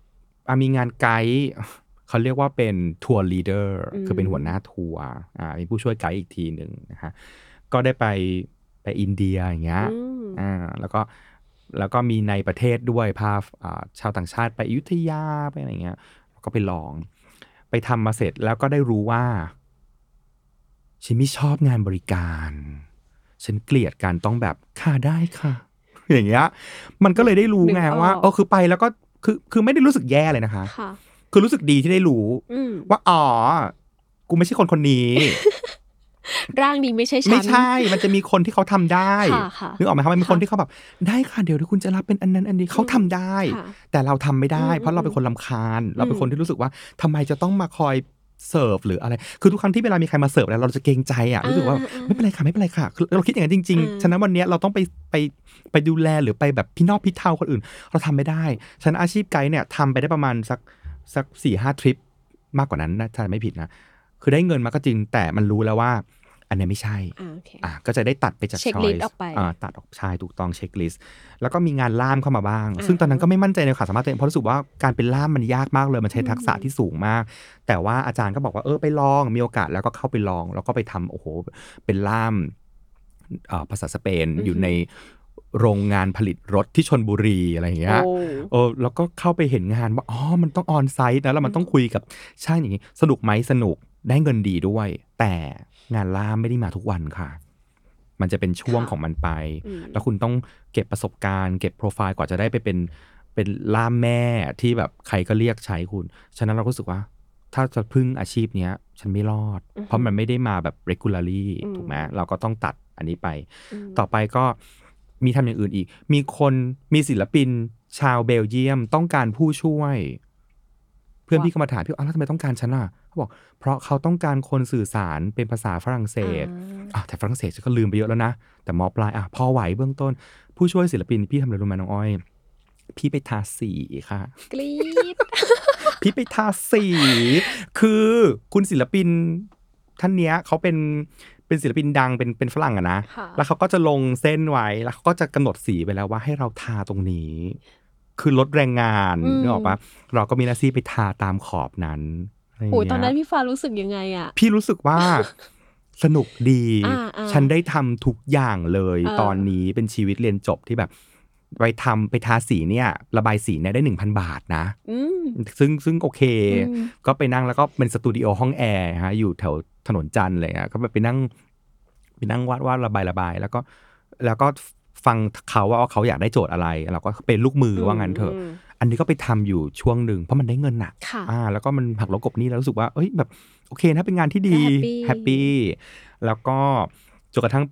อ่ะมีงานไกด์เขาเรียกว่าเป็นทัวร์ลีดเดอร์คือเป็นหัวหน้าทัวร์อ่ามีผู้ช่วยไกด์อีกทีหนึ่งนะฮะก็ได้ไปไปอินเดียอย่างเงี้ยอ่าแล้วก็แล้วก็มีในประเทศด้วยพาอ่าชาวต่างชาติไปอยุธยาไปอะไรเงี้ยก็ไปลองไปทำมาเสร็จแล้วก็ได้รู้ว่าฉันไม่ชอบงานบริการฉันเกลียดการต้องแบบค่ะได้ค่ะอย่างเงี้ยมันก็เลยได้รู้ไงว่าเออคือไปแล้วก็คือคือไม่ได้รู้สึกแย่เลยนะคะคือรู้สึกดีที่ได้รู้ว่าอ๋อกูไม่ใช่คนคนนี้ร่างนี้ไม่ใช่ฉันไม่ใช่มันจะมีคนที่เขาทำได้นึกออกไหมครับมันมีคนที่เขาแบบได้ค่ะเดี๋ยวที่คุณจะรับเป็นอันนั้นอันนี้เขาทำได้แต่เราทำไม่ได้เพราะเราเป็นคนรำคาญเราเป็นคนที่รู้สึกว่าทำไมจะต้องมาคอยเสิร์ฟหรืออะไรคือทุกครั้งที่เวลามีใครมาเสิร์ฟแล้วเราจะเกรงใจอ่ะรู้สึกว่าไม่เป็นไรค่ะไม่เป็นไรค่ะคือเราคิดอย่างนั้นจริงๆฉะนั้นวันนี้เราต้องไปไปไปดูแลหรือไปแบบพี่นอกพี่เท่าคนอื่นเราทำไม่ได้ฉะนั้นอาชีพไกด์เนี่ยทำไปได้ประมาณสักสักสี่ห้าทริปมากกว่านั้นนะถ้าไม่ผิดนะคือได้เงินมาก็จริงแต่มันรู้แล้วว่าอันนี้ไม่ใช่อ่าก็จะได้ตัดไปจากช้อยส์อ่าตัดออกชายถูกต้องเช็คลิสต์แล้วก็มีงานล่ามเข้ามาบ้างซึ่งตอนนั้นก็ไม่มั่นใจในความสามารถตัวเองเพราะรู้สึกว่าการเป็นล่ามมันยากมากเลยมันใช้ทักษะที่สูงมากแต่ว่าอาจารย์ก็บอกว่าเออไปลองมีโอกาสแล้วก็เข้าไปลองแล้วก็ไปทำโอ้โหเป็นล่ามภาษาสเปนอยู่ในโรงงานผลิตรถที่ชลบุรีอะไรอย่างเงี้ยเออแล้วก็เข้าไปเห็นงานว่าอ๋อมันต้องออนไซต์นะแล้วมันต้องคุยกับช่างอย่างนี้สนุกไหมสนุกได้เงินดีด้วยแต่งานล่ามไม่ได้มาทุกวันค่ะมันจะเป็นช่วงของมันไปแล้วคุณต้องเก็บประสบการณ์เก็บโปรไฟล์กว่าจะได้ไปเป็นเป็นล่ามแม่ที่แบบใครก็เรียกใช้คุณฉะนั้นเราก็รู้สึกว่าถ้าจะพึ่งอาชีพเนี้ยฉันไม่รอดเพราะมันไม่ได้มาแบบ regularly ถูกไหมเราก็ต้องตัดอันนี้ไปต่อไปก็มีทำอย่างอื่นอีกมีคนมีศิลปินชาวเบลเยียมต้องการผู้ช่วยเพื่อนพี่ก็มาถามพี่อ้าวแล้วทำไมต้องการฉันอ่ะเขาบอกเพราะเขาต้องการคนสื่อสารเป็นภาษาฝรั่งเศสอ่ะแต่ฝรั่งเศสก็ลืมไปเยอะแล้วนะแต่มอปลายอ่ะพอไหวเบื้องต้นผู้ช่วยศิลปินพี่ทำอะไรรู้ไหมน้องอ้อยพี่ไปทาสีค่ะกรี๊ดพี่ไปทาสีคือคุณศิลปินท่านเนี้ยเขาเป็นเป็นศิลปินดังเป็นเป็นฝรั่งอะนะแล้วเขาก็จะลงเส้นไว้แล้วเขาก็จะกำหนดสีไปแล้วว่าให้เราทาตรงนี้คือลดแรงงานนึกออกปะเราก็มีหน้าที่ไปทาตามขอบนั้นโอ้ยตอนนั้นพี่ฟ้ารู้สึกยังไงอะพี่รู้สึกว่าสนุกดีฉันได้ทำทุกอย่างเลยตอนนี้เป็นชีวิตเรียนจบที่แบบไปทำไปทาสีเนี่ยระบายสีเนี่ยได้ หนึ่งพัน บาทนะซึ่งซึ่งโอเคก็ไปนั่งแล้วก็เป็นสตูดิโอห้องแอร์ฮะอยู่แถวถนนจันทร์เลยอ่ะก็ไปนั่งไปนั่งวาดวาดระบายระบายแล้วก็แล้วก็ฟังเขาว่าเขาอยากได้โจทย์อะไรเราก็เป็นลูกมือว่างั้นเถอะอันนี้ก็ไปทำอยู่ช่วงหนึ่งเพราะมันได้เงินหนักอ่าแล้วก็มันหักลบกบหนี้แล้วรู้สึกว่าเอ้ยแบบโอเคนะเป็นงานที่ดีแฮปปี้แล้วก็จนกระทั่งไป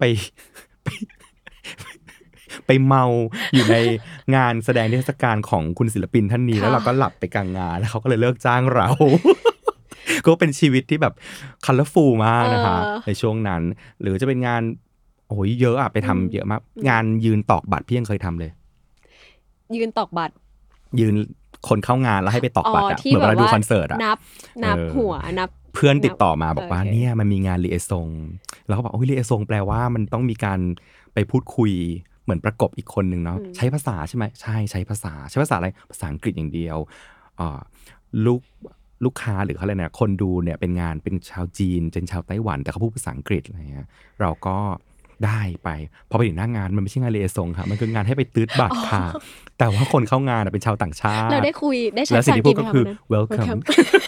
ไปเมาอยู่ในงานแสดงนิทรรศการของคุณศิลปินท่านนี้แล้วเราก็หลับไปกลางงานแล้วเขาก็เลยเลิกจ้างเรา ก็เป็นชีวิตที่แบบคัลเลอร์ฟูลมากนะคะในช่วงนั้นหรือจะเป็นงานโอ้ยเยอะอะไปทำเยอะมากงานยืนตอกบัตรพี่ยังเคยทำเลยยืนตอกบัตรยืนคนเข้างานแล้วให้ไปตอกบัตรอะเหมือนเวลาดูคอนเสิร์ตอะนับนับหัวนับเพื่อนติดต่อมาบอกว่าเนี่ยมันมีงานลีเอซงแล้วเขาบอกโอ้ยลีเอซงแปลว่ามันต้องมีการไปพูดคุยเหมือนประกบอีกคนนึงเนาะใช้ภาษาใช่ไหมใช่ใช้ภาษาใช้ภาษาอะไรภาษาอังกฤษอย่างเดียวอ่าลูกลูกค้าหรือเขาอะไรเนี่ยคนดูเนี่ยเป็นงานเป็นชาวจีนเป็นชาวไต้หวันแต่เขาพูดภาษาอังกฤษอะไรเงี้ยเราก็ได้ไปพอไปถึงหน้างานมันไม่ใช่งานลีเอซงค่ะมันคืองานให้ไปตืดบัตรค่ะแต่ว่าคนเข้างานเป็นชาวต่างชาติเราได้คุยได้ใช้ภาษาอังกฤษก็คือ welcome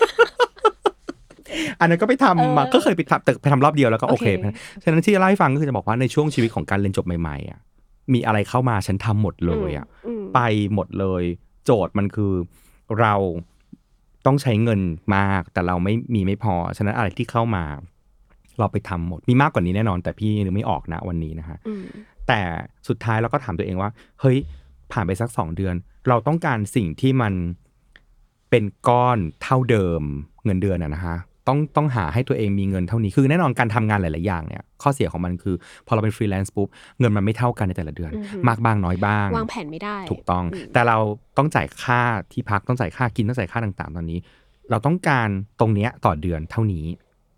อันนั้นก็ไปทำมาก็เคยไปทำแต่ไปทำรอบเดียวแล้วก็โอเคฉะนั้นที่เล่าให้ฟังก็คือจะบอกว่าในช่วงชีวิตของการเรียนจบใหม่ๆอ่ะมีอะไรเข้ามาฉันทำหมดเลยอ่ะไปหมดเลยโจทย์มันคือเราต้องใช้เงินมากแต่เราไม่มีไม่พอฉะนั้นอะไรที่เข้ามาเราไปทำหมดมีมากกว่านี้แน่นอนแต่พี่นึกไม่ออกนะวันนี้นะฮะแต่สุดท้ายเราก็ถามตัวเองว่าเฮ้ยผ่านไปสักสองเดือนเราต้องการสิ่งที่มันเป็นก้อนเท่าเดิมเงินเดือนอะนะฮะต้องต้องหาให้ตัวเองมีเงินเท่านี้คือแน่นอนการทำงานหลายๆอย่างเนี่ยข้อเสียของมันคือพอเราเป็นฟรีแลนซ์ปุ๊บเงินมันไม่เท่ากันในแต่ละเดือนมากบ้างน้อยบ้างวางแผนไม่ได้ถูกต้องแต่เราต้องจ่ายค่าที่พักต้องจ่ายค่ากินต้องจ่ายค่าต่างๆตอนนี้เราต้องการตรงเนี้ยต่อเดือนเท่านี้โ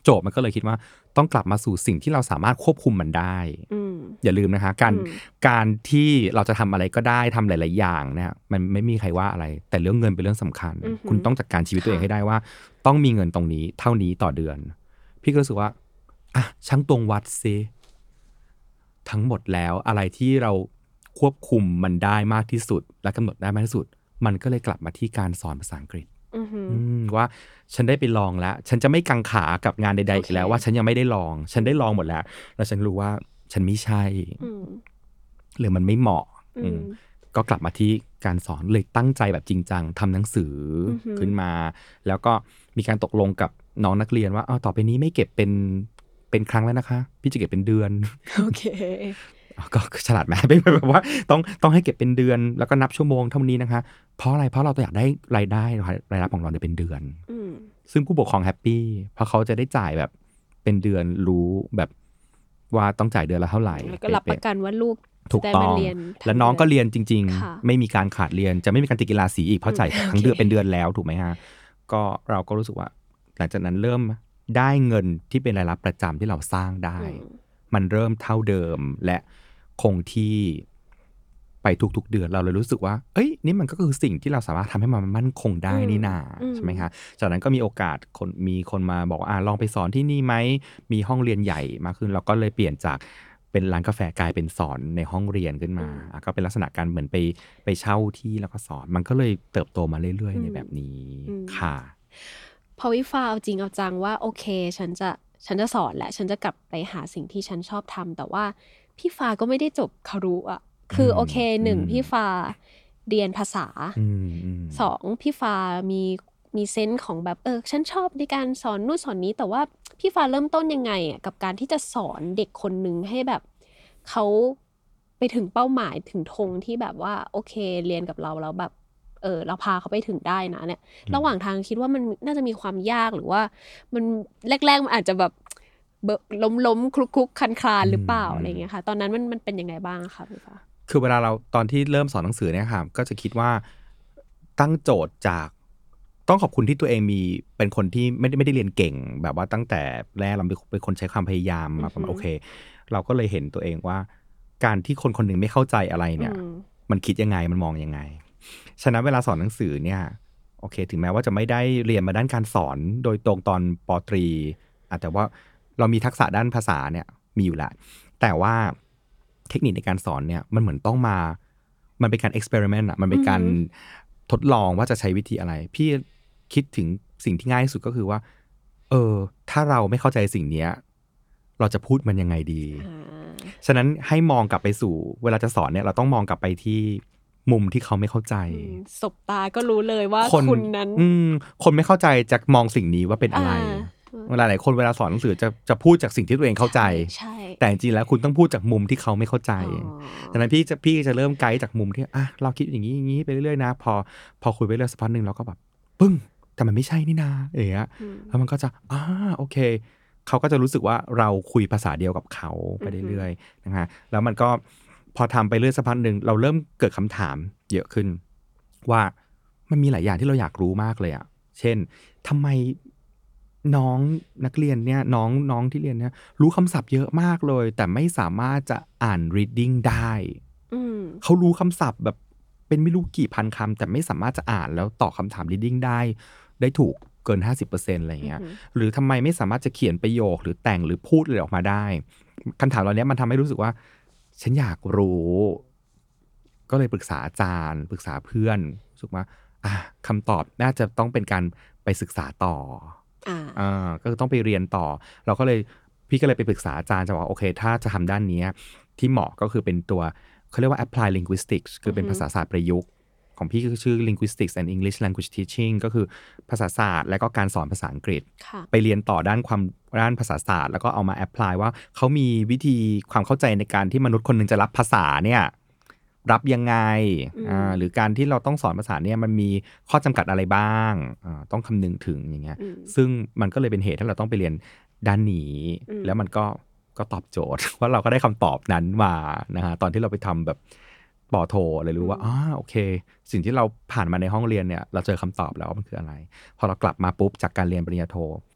โจทย์มันก็เลยคิดว่าต้องกลับมาสู่สิ่งที่เราสามารถควบคุมมันได้อย่าลืมนะคะการการที่เราจะทำอะไรก็ได้ทำหลายๆอย่างเนี่ยมันไม่มีใครว่าอะไรแต่เรื่องเงินเป็นเรื่องสำคัญคุณต้องจัดการชีวิตตัวเองให้ได้ว่าต้องมีเงินตรงนี้เท่านี้ต่อเดือนพี่ก็รู้สึกว่าอ่ะช่างตรงวัดซิทั้งหมดแล้วอะไรที่เราควบคุมมันได้มากที่สุดและกำหนดได้มากที่สุดมันก็เลยกลับมาที่การสอนภาษาอังกฤษว่าฉันได้ไปลองแล้วฉันจะไม่กังขากับงานใดๆอีกแล้วว่าฉันยังไม่ได้ลองฉันได้ลองหมดแล้วแล้วฉันรู้ว่าฉันไม่ใช่หรือมันไม่เหมาะก็กลับมาที่การสอนเลยตั้งใจแบบจริงจังทำหนังสือขึ้นมาแล้วก็มีการตกลงกับน้องนักเรียนว่าอ๋อต่อไปนี้ไม่เก็บเป็นเป็นครั้งแล้วนะคะพี่จะเก็บเป็นเดือนโอเคก็ฉลาดไหมเป็นแบบว่าต้องต้องให้เก็บเป็นเดือนแล้วก็นับชั่วโมงเท่านี้นะคะเพราะอะไรเพราะเราอยากได้รายได้รายรับของเราเนี่ยเป็นเดือนซึ่งผู้ปกครองแฮปปี้เพราะเขาจะได้จ่ายแบบเป็นเดือนรู้แบบว่าต้องจ่ายเดือนละเท่าไหร่แล้วก็รับประกันว่าลูกถูกต้องแล้วน้องก็เรียนจริงๆไม่มีการขาดเรียนจะไม่มีการติดกีฬาสีอีกเพราะจ่ายทั้งเดือนเป็นเดือนแล้วถูกไหมฮะก็เราก็รู้สึกว่าหลังจากนั้นเริ่มได้เงินที่เป็นรายรับประจำที่เราสร้างได้มันเริ่มเท่าเดิมและคงที่ไปทุกๆเดือนเราเลยรู้สึกว่าเอ้ยนี่มันก็คือสิ่งที่เราสามารถทำให้มันมั่นคงได้นี่นาใช่ไหมคะจากนั้นก็มีโอกาสคนมีคนมาบอกว่าอ่ะลองไปสอนที่นี่ไหมมีห้องเรียนใหญ่มากขึ้นเราก็เลยเปลี่ยนจากเป็นร้านกาแฟกลายเป็นสอนในห้องเรียนขึ้นมาก็เป็นลักษณะการเหมือนไปไปเช่าที่แล้วก็สอนมันก็เลยเติบโตมาเรื่อยๆในแบบนี้ค่ะพอวิฟ้าเอาจริงเอาจังว่าโอเคฉันจะฉันจะสอนแหละฉันจะกลับไปหาสิ่งที่ฉันชอบทำแต่ว่าพี่ฟ้าก็ไม่ได้จบคารุอ่ะคือโอเคหนึ่งพี่ฟ้าเรียนภาษาสองพี่ฟ้ามีมีเซนส์ของแบบเออฉันชอบในการสอนนู่นสอนนี้แต่ว่าพี่ฟ้าเริ่มต้นยังไงอ่ะกับการที่จะสอนเด็กคนนึงให้แบบเขาไปถึงเป้าหมายถึงธงที่แบบว่าโอเคเรียนกับเราแล้วแบบเออเราพาเขาไปถึงได้นะเนี่ยระหว่างทางคิดว่ามันน่าจะมีความยากหรือว่ามันแรกๆมันอาจจะแบบล้มล้มคลุกคลุกคันคลานหรือเปล่าอะไรเงี้ยค่ะตอนนั้นมันมันเป็นยังไงบ้างคะพี่ฟ้าคือเวลาเราตอนที่เริ่มสอนหนังสือเนี่ยค่ะก็จะคิดว่าตั้งโจทย์จากต้องขอบคุณที่ตัวเองมีเป็นคนที่ไม่ได้ไม่ได้เรียนเก่งแบบว่าตั้งแต่แรกเราเป็นคนใช้ความพยายามมาโอเคเราก็เลยเห็นตัวเองว่าการที่คนคนหนึ่งไม่เข้าใจอะไรเนี่ยมันคิดยังไงมันมองยังไงฉะนั้นเวลาสอนหนังสือเนี่ยโอเคถึงแม้ว่าจะไม่ได้เรียนมาด้านการสอนโดยตรงตอนป.ตรีแต่ว่าเรามีทักษะด้านภาษาเนี่ยมีอยู่แล้วแต่ว่าเทคนิคในการสอนเนี่ยมันเหมือนต้องมามันเป็นการเอ็กซ์เพร์เมนต์อ่ะมันเป็นการทดลองว่าจะใช้วิธีอะไรพี่คิดถึงสิ่งที่ง่ายที่สุดก็คือว่าเออถ้าเราไม่เข้าใจสิ่งนี้เราจะพูดมันยังไงดีฉะนั้นให้มองกลับไปสู่เวลาจะสอนเนี่ยเราต้องมองกลับไปที่มุมที่เขาไม่เข้าใจสบตาก็รู้เลยว่าคุณนั้นคนไม่เข้าใจจะมองสิ่งนี้ว่าเป็นอะไรเวลาหลายคนเวลาสอนหนังสือจะจะพูดจากสิ่งที่ตัวเองเข้าใจแต่จริงๆแล้วคุณต้องพูดจากมุมที่เขาไม่เข้าใจดังนั้นพี่จะพี่จะเริ่มไกด์จากมุมที่อ่ะเราคิดอย่างนี้อย่างนี้ไปเรื่อยๆนะพอพอคุยไปเรื่อยสักพักนึงเราก็แบบปึ้งแต่มันไม่ใช่นี่นาอย่างเงี้ยแล้วมันก็จะอ่าโอเคเขาก็จะรู้สึกว่าเราคุยภาษาเดียวกับเขาไปเรื่อยๆนะฮะแล้วมันก็พอทำไปเรื่อยสักพักนึงเราเริ่มเกิดคำถามเยอะขึ้นว่ามันมีหลายอย่างที่เราอยากรู้มากเลยอ่ะเช่นทำไมน้องนักเรียนเนี่ยน้องน้องที่เรียนเนี่ยรู้คำศัพท์เยอะมากเลยแต่ไม่สามารถจะอ่าน reading ได้เขารู้คำศัพท์แบบเป็นไม่รู้กี่พันคำแต่ไม่สามารถจะอ่านแล้วตอบคำถาม reading ได้ได้ถูกเกิน ห้าสิบเปอร์เซ็นต์ อะไรเงี้ยหรือทำไมไม่สามารถจะเขียนประโยคหรือแต่งหรือพูดอะไรออกมาได้คำถามเหล่านี้มันทำให้รู้สึกว่าฉันอยากรู้ก็เลยปรึกษาอาจารย์ปรึกษาเพื่อนรู้สึกว่าอ่ะคำตอบน่าจะต้องเป็นการไปศึกษาต่ออ่าก็คือต้องไปเรียนต่อเราก็เลยพี่ก็เลยไปปรึกษาอาจารย์จะบอกโอเคถ้าจะทำด้านนี้ที่เหมาะก็คือเป็นตัวเขาเรียกว่า apply linguistics คือเป็นภาษาศาสตร์ประยุกต์ของพี่ก็คือชื่อ linguistics and English language teaching ก็คือภาษาศาสตร์และก็การสอนภาษาอังกฤษไปเรียนต่อด้านความด้านภาษาศาสตร์แล้วก็เอามา apply ว่าเขามีวิธีความเข้าใจในการที่มนุษย์คนนึงจะรับภาษาเนี่ยรับยังไงอ่าหรือการที่เราต้องสอนภาษาเนี่ยมันมีข้อจำกัดอะไรบ้างอ่าต้องคำนึงถึงอย่างเงี้ยซึ่งมันก็เลยเป็นเหตุที่เราต้องไปเรียนด้านนี้แล้วมันก็ก็ตอบโจทย์ว่าเราก็ได้คำตอบนั้นมานะฮะตอนที่เราไปทำแบบปอโทเลยรู้ว่าอ๋อโอเคสิ่งที่เราผ่านมาในห้องเรียนเนี่ยเราเจอคำตอบแล้วว่ามันคืออะไรพอเรากลับมาปุ๊บจากการเรียนปริญญาโท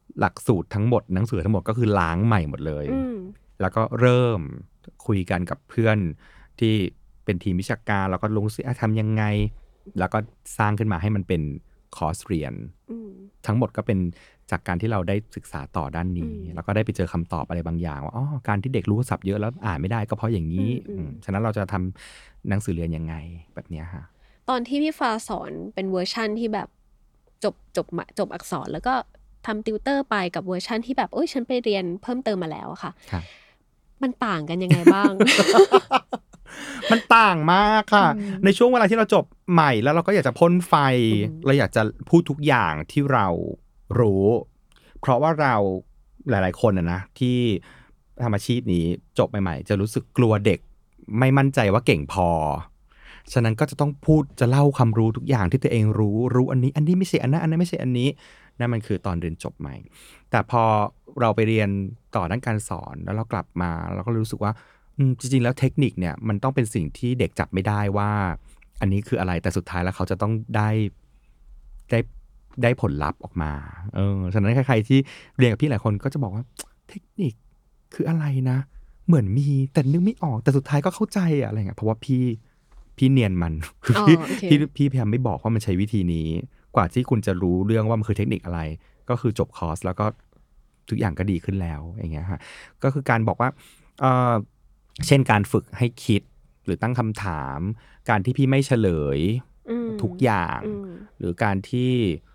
หลักสูตรทั้งหมดหนังสือทั้งหมดก็คือล้างใหม่หมดเลยแล้วก็เริ่มคุยกันกับเพื่อนที่เป็นทีมวิชาการแล้วก็ลงสิทำยังไงแล้วก็สร้างขึ้นมาให้มันเป็นคอร์สเรียนทั้งหมดก็เป็นจากการที่เราได้ศึกษาต่อด้านนี้แล้วก็ได้ไปเจอคำตอบอะไรบางอย่างว่าอ๋อการที่เด็กรู้ศัพท์เยอะแล้วอ่านไม่ได้ก็เพราะอย่างนี้ฉะนั้นเราจะทำหนังสือเรียนยังไงแบบนี้ค่ะตอนที่พี่ฟ้าสอนเป็นเวอร์ชั่นที่แบบจบจบจบอักษรแล้วก็ทำติวเตอร์ไปกับเวอร์ชั่นที่แบบโอ้ยฉันไปเรียนเพิ่มเติมมาแล้วอะค่ะมันต่างกันยังไงบ้างมันต่างมากค่ะในช่วงเวลาที่เราจบใหม่แล้วเราก็อยากจะพ่นไฟเราอยากจะพูดทุกอย่างที่เรารู้เพราะว่าเราหลายๆคนนะนะที่ทำอาชีพนี้จบใหม่ๆจะรู้สึกกลัวเด็กไม่มั่นใจว่าเก่งพอฉะนั้นก็จะต้องพูดจะเล่าความรู้ทุกอย่างที่ตัวเองรู้รู้อันนี้อันนี้ไม่ใช่อันนั้นอันนั้นไม่ใช่อันนี้นั่นมันคือตอนเรียนจบใหม่แต่พอเราไปเรียนต่อด้านการสอนแล้วเรากลับมาเราก็รู้สึกว่าจริงๆแล้วเทคนิคเนี่ยมันต้องเป็นสิ่งที่เด็กจับไม่ได้ว่าอันนี้คืออะไรแต่สุดท้ายแล้วเขาจะต้องได้ได้ได้ผลลัพธ์ออกมาเออฉะนั้นใครๆที่เรียนกับพี่หลายคนก็จะบอกว่าเทคนิคคืออะไรนะเหมือนมีแต่นึกไม่ออกแต่สุดท้ายก็เข้าใจอะอะไรเงี้ยเพราะว่าพี่พี่เนียนมันพี่พี่พี่พยายามไม่บอกว่ามันใช้วิธีนี้กว่าที่คุณจะรู้เรื่องว่ามันคือเทคนิคอะไรก็คือจบคอร์สแล้วก็ทุกอย่างก็ดีขึ้นแล้วอย่างเงี้ยฮะก็คือการบอกว่าเออเช่นการฝึกให้คิดหรือตั้งคำถามการที่พี่ไม่เฉลยทุกอย่างหรือการที่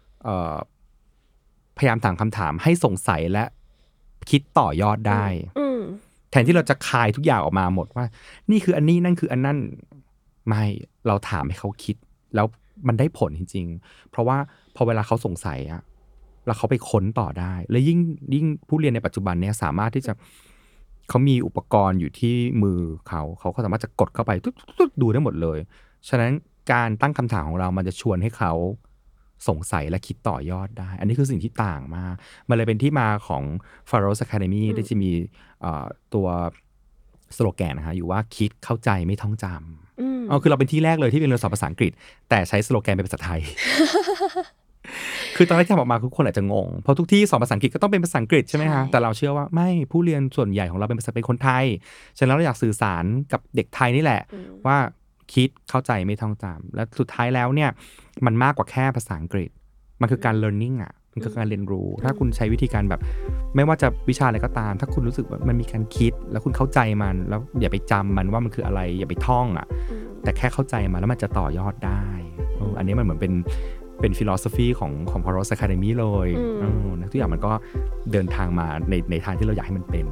พยายามถามคำถามให้สงสัยและคิดต่อยอดได้แทนที่เราจะคายทุกอย่างออกมาหมดว่านี่คืออันนี้นั่นคืออันนั้นไม่เราถามให้เขาคิดแล้วมันได้ผลจริงๆเพราะว่าพอเวลาเขาสงสัยอะแล้วเขาไปค้นต่อได้และยิ่งยิ่งผู้เรียนในปัจจุบันเนี่ยสามารถที่จะเขามีอุปกรณ์อยู่ที่มือเขาเขาก็สามารถจะกดเข้าไปตุ๊ดๆดูได้หมดเลยฉะนั้นการตั้งคำถามของเรามันจะชวนให้เขาสงสัยและคิดต่อยอดได้อันนี้คือสิ่งที่ต่างมากมันเลยเป็นที่มาของ Faros Academy ได้จะมีตัวสโลแกนนะฮะอยู่ว่าคิดเข้าใจไม่ท่องจำอ๋อคือเราเป็นที่แรกเลยที่เป็นเรียนสอนภาษาอังกฤษแต่ใช้สโลแกนเป็นภาษาไทย คือตอนแรกที่ทำออกมาทุกคนอาจจะงงเพราะทุกที่สอนภาษาอังกฤษก็ต้องเป็นภาษาอังกฤษใช่ไหมฮะแต่เราเชื่อว่าไม่ผู้เรียนส่วนใหญ่ของเราเป็นภาษาเป็นคนไทยฉะนั้นเราอยากสื่อสารกับเด็กไทยนี่แหละว่าคิดเข้าใจไม่ท่องจำและสุดท้ายแล้วเนี่ยมันมากกว่าแค่ภาษาอังกฤษมันคือการ learning อ่ะมันคือการเรียนรู้ถ้าคุณใช้วิธีการแบบไม่ว่าจะวิชาอะไรก็ตามถ้าคุณรู้สึกว่ามันมีการคิดแล้วคุณเข้าใจมันแล้วอย่าไปจำมันว่ามันคืออะไรอย่าไปท่องอ่ะแต่แค่เข้าใจมันแล้วมันจะต่อยอดได้อันนี้มันเหมือนเป็นเป็นฟิโลโซฟีของของ Faros Academy เลยนะทุกอย่างมันก็เดินทางมาในในทางที่เราอยากให้มันเป็น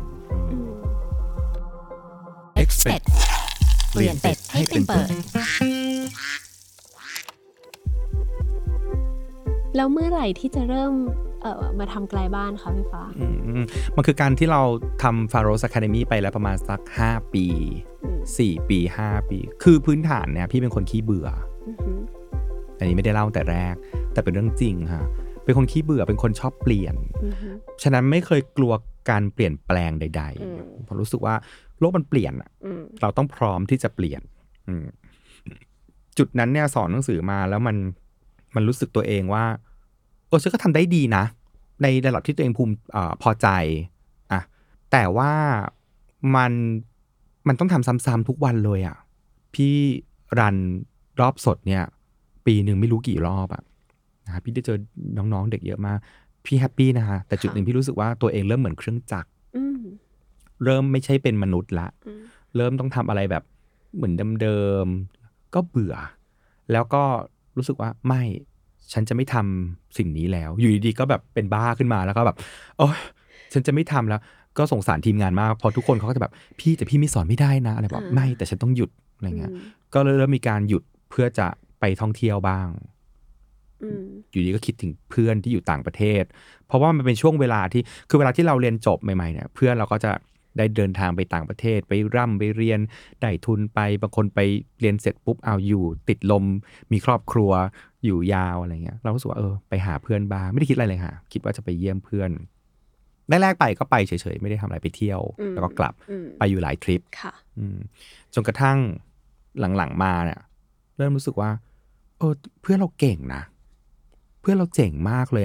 Expert เปลี่ยนเป็ดให้เป็นเปิดแล้วเมื่อไหร่ที่จะเริ่มเอ่อมาทำไกลบ้านคะพี่ฟ้ามันคือการที่เราทำ Faros Academy ไปแล้วประมาณสักห้าปีสี่ปีห้าปีคือพื้นฐานเนี่ยพี่เป็นคนขี้เบื่ออันนี้ไม่ได้เล่าแต่แรกแต่เป็นเรื่องจริงฮะเป็นคนขี้เบื่อเป็นคนชอบเปลี่ยนฉะนั้นไม่เคยกลัวการเปลี่ยนแปลงใดๆเพราะรู้สึกว่าโลกมันเปลี่ยนอ่ะเราต้องพร้อมที่จะเปลี่ยนจุดนั้นเนี่ยสอนหนังสือมาแล้วมันมันรู้สึกตัวเองว่าเออฉันก็ทำได้ดีนะในระดับที่ตัวเองภูมิอ่าพอใจอ่ะแต่ว่ามันมันต้องทำซ้ำๆทุกวันเลยอ่ะพี่รันรอบสดเนี่ยปีหนึ่งไม่รู้กี่รอบอ่ะนะพี่ได้เจอน้องๆเด็กเยอะมากพี่แฮปปี้นะฮะแต่จุดหนึ่งพี่รู้สึกว่าตัวเองเริ่มเหมือนเครื่องจักรเริ่มไม่ใช่เป็นมนุษย์ละเริ่มต้องทำอะไรแบบเหมือนเดิมๆก็เบื่อแล้วก็รู้สึกว่าไม่ฉันจะไม่ทำสิ่งนี้แล้วอยู่ดีๆก็แบบเป็นบ้าขึ้นมาแล้วก็แบบโอ๊ยฉันจะไม่ทำแล้วก็สงสารทีมงานมากพอทุกคนเขาก็จะแบบพี่แต่พี่ไม่สอนไม่ได้นะอะไรแบบไม่แต่ฉันต้องหยุดอะไรเงี้ยก็เลยเริ่มมีการหยุดเพื่อจะไปท่องเที่ยวบ้างอยู่ดีก็คิดถึงเพื่อนที่อยู่ต่างประเทศเพราะว่ามันเป็นช่วงเวลาที่คือเวลาที่เราเรียนจบใหม่ๆเนี่ยเพื่อนเราก็จะได้เดินทางไปต่างประเทศไปร่ำไปเรียนได้ทุนไปบางคนไปเรียนเสร็จปุ๊บเอาอยู่ติดลมมีครอบครัวอยู่ยาวอะไรเงี้ยเราก็รู้สึกว่าเออไปหาเพื่อนบ้างไม่ได้คิดอะไรเลยค่ะคิดว่าจะไปเยี่ยมเพื่อนแรกๆไปก็ไปเฉยๆไม่ได้ทำอะไรไปเที่ยวแล้วก็กลับไปอยู่หลายทริปจนกระทั่งหลังๆมาเนี่ยเริ่มรู้สึกว่าเออเพื่อนเราเก่งนะเพื่อนเราเจ๋งมากเลยอ่ะ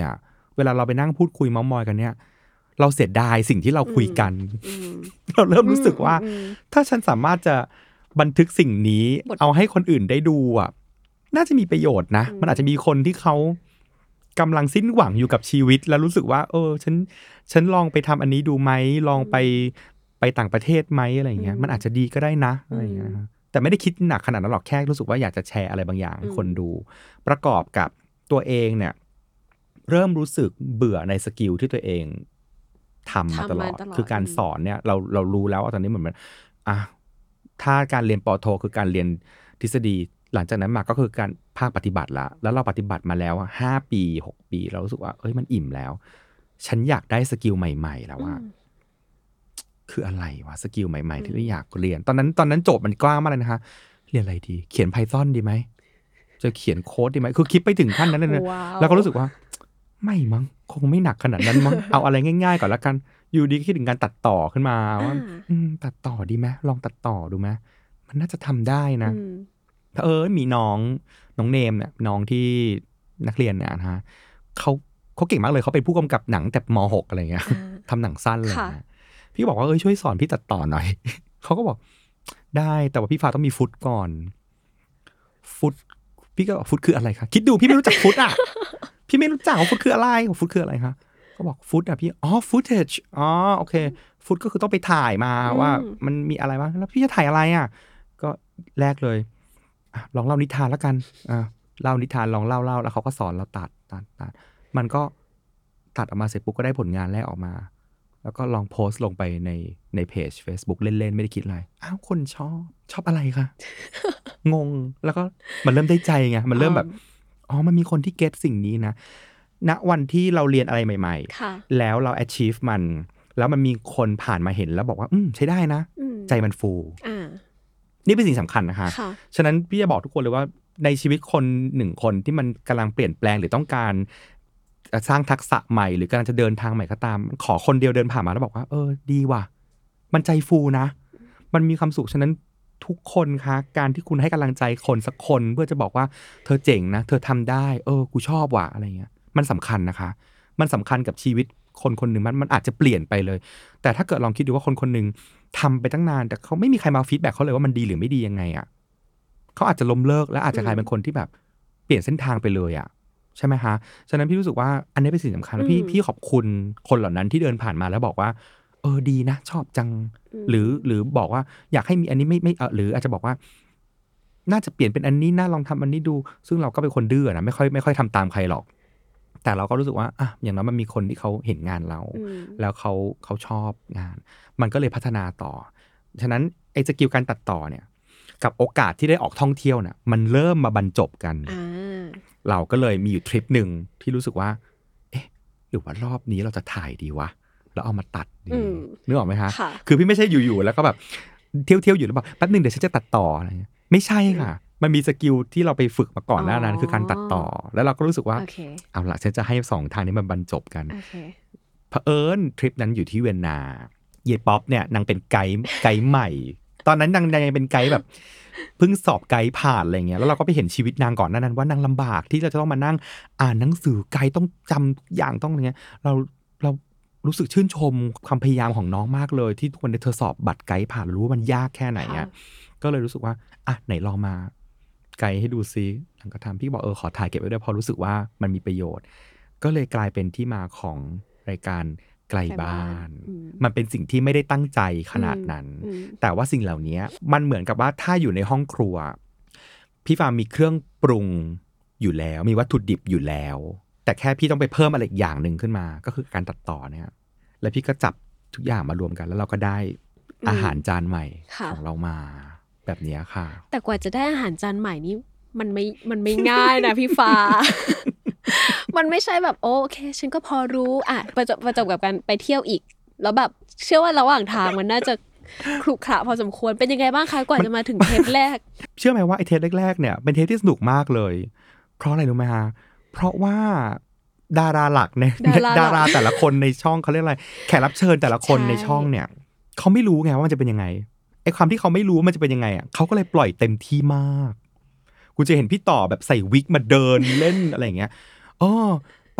เวลาเราไปนั่งพูดคุยเม้ามอยกันเนี่ยเราเสียดายสิ่งที่เราคุยกันอืมเราเริ่มรู้สึกว่าอืมถ้าฉันสามารถจะบันทึกสิ่งนี้บทเอาให้คนอื่นได้ดูอ่ะน่าจะมีประโยชน์นะอืมมันอาจจะมีคนที่เขากำลังสิ้นหวังอยู่กับชีวิต แล้วรู้สึกว่า เออฉันฉันลองไปทำอันนี้ดูไหมลองไปไปต่างประเทศไหมอะไรอย่างเงี้ยมันอาจจะดีก็ได้นะอะไรอย่างเงี้ยนะแต่ไม่ได้คิดหนักขนาดนั้นหรอกแค่รู้สึกว่าอยากจะแชร์อะไรบางอย่างให้คนดู ประกอบกับตัวเองเนี่ยเริ่มรู้สึกเบื่อในสกิลที่ตัวเองทำมาตลอดทำมาตลอดคือการสอนเนี่ยเราเรารู้แล้วว่าตอนนี้เหมือนมันอ่ะถ้าการเรียนปอโทคือการเรียนทฤษฎีหลังจากนั้นมาก็คือการภาคปฏิบัติละแล้วเราปฏิบัติมาแล้วอะห้าปีหกปีเรารู้สึกว่าเอ้ยมันอิ่มแล้ว ฉันอยากได้สกิลใหม่ๆแล้วว่าคืออะไรวะสกิลใหม่ๆที่เราอยากเรียน ตอนนั้นตอนนั้นโจทย์มันกว้างมากเลยนะคะเรียนอะไรดีเขียน Python ดีไหมจะเขียนโค้ดดีไหมคือคิดไปถึงขั้นนั้นเลยนะว้าวแล้วก็รู้สึกว่าไม่มั้งคงไม่หนักขนาดนั้นมั้ง เอาอะไรง่ายๆก่อนละกันอยู่ดีก็คิดถึงการตัดต่อขึ้นมาว่าอืมตัดต่อดีไหมลองตัดต่อดูไหมมันน่าจะทำได้นะอืมเออมีน้องน้องเนมเนี่ยน้องที่นักเรียนเนี่ยนะฮะเขาเขาเก่งมากเลยเขาเป็นผู้กำกับหนังแต่ม.หก อะไรเงี้ยอ่าทำหนังสั้นอะไรค่ะเงี้ยพี่บอกว่าเอ้ยช่วยสอนพี่ตัดต่อหน่อย เขาก็บอกได้แต่ว่าพี่ฟ้าต้องมีฟุตก่อนฟุตพี่ก็บอกฟุตคืออะไรคะคิดดูพี่ไม่รู้จักฟุตอ่ะ พี่ไม่รู้จักว่าฟุตคืออะไรฟุตคืออะไรคะเขาบอกฟุตอ่ะพี่อ๋อฟุตเทจอ๋อโอเคฟุตก็คือต้องไปถ่ายมาว่ามันมีอะไรบ้างแล้วพี่จะถ่ายอะไรอ่ะก็แรกเลยอ่ะลองเล่านิทานแล้วกันอ่าเล่านิทานลองเล่าเล่าแล้วเขาก็สอนเราตัดตัดตัดมันก็ตัดออกมาเสร็จปุ๊บก็ได้ผลงานแรกออกมาแล้วก็ลองโพสต์ลงไปในในเพจ Facebook เล่นๆไม่ได้คิดอะไรอ้าวคนชอบชอบอะไรคะ งงแล้วก็มันเริ่มได้ใจไงมันเริ่มแบบอ๋อมันมีคนที่เก็ตสิ่งนี้นะณวันที่เราเรียนอะไรใหม่ค่ะๆแล้วเรา achieve มันแล้วมันมีคนผ่านมาเห็นแล้วบอกว่าอืมใช้ได้นะอืมใจมันฟูอ่านี่เป็นสิ่งสำคัญนะคะค่ะฉะนั้นพี่จะบอกทุกคนเลยว่าในชีวิตคนหนึ่งคนที่มันกำลังเปลี่ยนแปลงหรือต้องการสร้างทักษะใหม่หรือกำลังจะเดินทางใหม่ก็ตามขอคนเดียวเดินผ่านมาแล้วบอกว่าเออดีว่ะมันใจฟูนะมันมีความสุขฉะนั้นทุกคนคะการที่คุณให้กำลังใจคนสักคนเพื่อจะบอกว่าเธอเจ๋งนะเธอทำได้เออกูชอบว่ะอะไรเงี้ยมันสำคัญนะคะมันสำคัญกับชีวิตคนคนหนึ่งมันมันอาจจะเปลี่ยนไปเลยแต่ถ้าเกิดลองคิดดูว่าคนคนหนึ่งทำไปตั้งนานแต่เขาไม่มีใครมาฟีดแบ็กเขาเลยว่ามันดีหรือไม่ดียังไงอ่ะเขาอาจจะล้มเลิกและอาจจะกลายเป็นคนที่แบบเปลี่ยนเส้นทางไปเลยอ่ะใช่ไหมคะฉะนั้นพี่รู้สึกว่าอันนี้เป็นสิ่งสำคัญแล้วพี่พี่ขอบคุณคนเหล่านั้นที่เดินผ่านมาแล้วบอกว่าเออดีนะชอบจังหรือหรือบอกว่าอยากให้มีอันนี้ไม่ไม่เออหรืออาจจะบอกว่าน่าจะเปลี่ยนเป็นอันนี้น่าลองทำอันนี้ดูซึ่งเราก็เป็นคนดื้อนะไม่ค่อยไม่ค่อยทำตามใครหรอกแต่เราก็รู้สึกว่าอ่ะอย่างน้อยมันมีคนที่เขาเห็นงานเราแล้วเขาเขาชอบงานมันก็เลยพัฒนาต่อฉะนั้นไอ้สกิลการตัดต่อเนี่ยกับโอกาสที่ได้ออกท่องเที่ยวน่ะมันเริ่มมาบรรจบกันเราก็เลยมีอยู่ทริปหนึ่งที่รู้สึกว่าเอ๊ะหรือว่ารอบนี้เราจะถ่ายดีวะแล้วเอามาตัดดีนึกออกไหมคะคือพี่ไม่ใช่อยู่ๆแล้วก็แบบเที่ยวเที่ยวอยู่แล้วแบบแป๊บนึงเดี๋ยวฉันจะตัดต่ออะไรเงี้ยไม่ใช่ค่ะมันมีสกิลที่เราไปฝึกมาก่อนหน้านั้นคือการตัดต่อแล้วเราก็รู้สึกว่าเอาละฉันจะให้สองทางนี้มันบรรจบกันเผอิญทริปนั้นอยู่ที่เวียนนาเยป๊อปเนี่ยนางเป็นไกด์ไกด์ใหม่ตอนนั้นนางยังเป็นไกด์แบบเพิ่งสอบไกด์ผ่านอะไรเงี้ยแล้วเราก็ไปเห็นชีวิตนางก่อนหน้านั้นว่านางลำบากที่เราจะต้องมานั่งอ่านหนังสือไกด์ต้องจำอย่างต้องอะไรเงี้ยเราเรารู้สึกชื่นชมความพยายามของน้องมากเลยที่ทุกวันนี้เธอสอบบัตรไกด์ผ่านรู้ว่ามันยากแค่ไหนอ่ะก็เลยรู้สึกว่าอ่ะไหนลองมาไกด์ให้ดูซินางก็ทำพี่บอกเออขอถ่ายเก็บไว้ด้วยพอรู้สึกว่ามันมีประโยชน์ก็เลยกลายเป็นที่มาของรายการไกลบ้านมันเป็นสิ่งที่ไม่ได้ตั้งใจขนาดนั้นแต่ว่าสิ่งเหล่านี้มันเหมือนกับว่าถ้าอยู่ในห้องครัวพี่ฟาร์มมีเครื่องปรุงอยู่แล้วมีวัตถุดิบอยู่แล้วแต่แค่พี่ต้องไปเพิ่มอะไรอีกอย่างหนึ่งขึ้นมาก็คือการตัดต่อเนี่ยแล้วพี่ก็จับทุกอย่างมารวมกันแล้วเราก็ได้อาหารจานใหม่ของเรามาแบบนี้ค่ะแต่กว่าจะได้อาหารจานใหม่นี้มันไม่มันไม่ง่ายนะพี่ฟ้า มันไม่ใช่แบบโอเคฉันก็พอรู้อ่ะประจบประจบกับการไปเที่ยวอีกแล้วแบบเชื่อว่าระหว่างทางมันน่าจะครุขระพอสมควรเป็นยังไงบ้างคะกว่าจะมาถึงเทปแรกเชื่อไหมว่าไอเทปแรกๆเนี่ยเป็นเทปที่สนุกมากเลยเพราะอะไรรู้ไหมฮะเพราะว่าดาราหลักเนี่ยดาราแต่ละคนในช่องเขาเรียกอะไรแขกรับเชิญแต่ละคนในช่องเนี่ยเขาไม่รู้ไงว่ามันจะเป็นยังไงไอความที่เขาไม่รู้มันจะเป็นยังไงอ่ะเขาก็เลยปล่อยเต็มที่มากกูจะเห็นพี่ต่อแบบใส่วิกมาเดินเล่นอะไรอย่างเงี้ยอ๋อป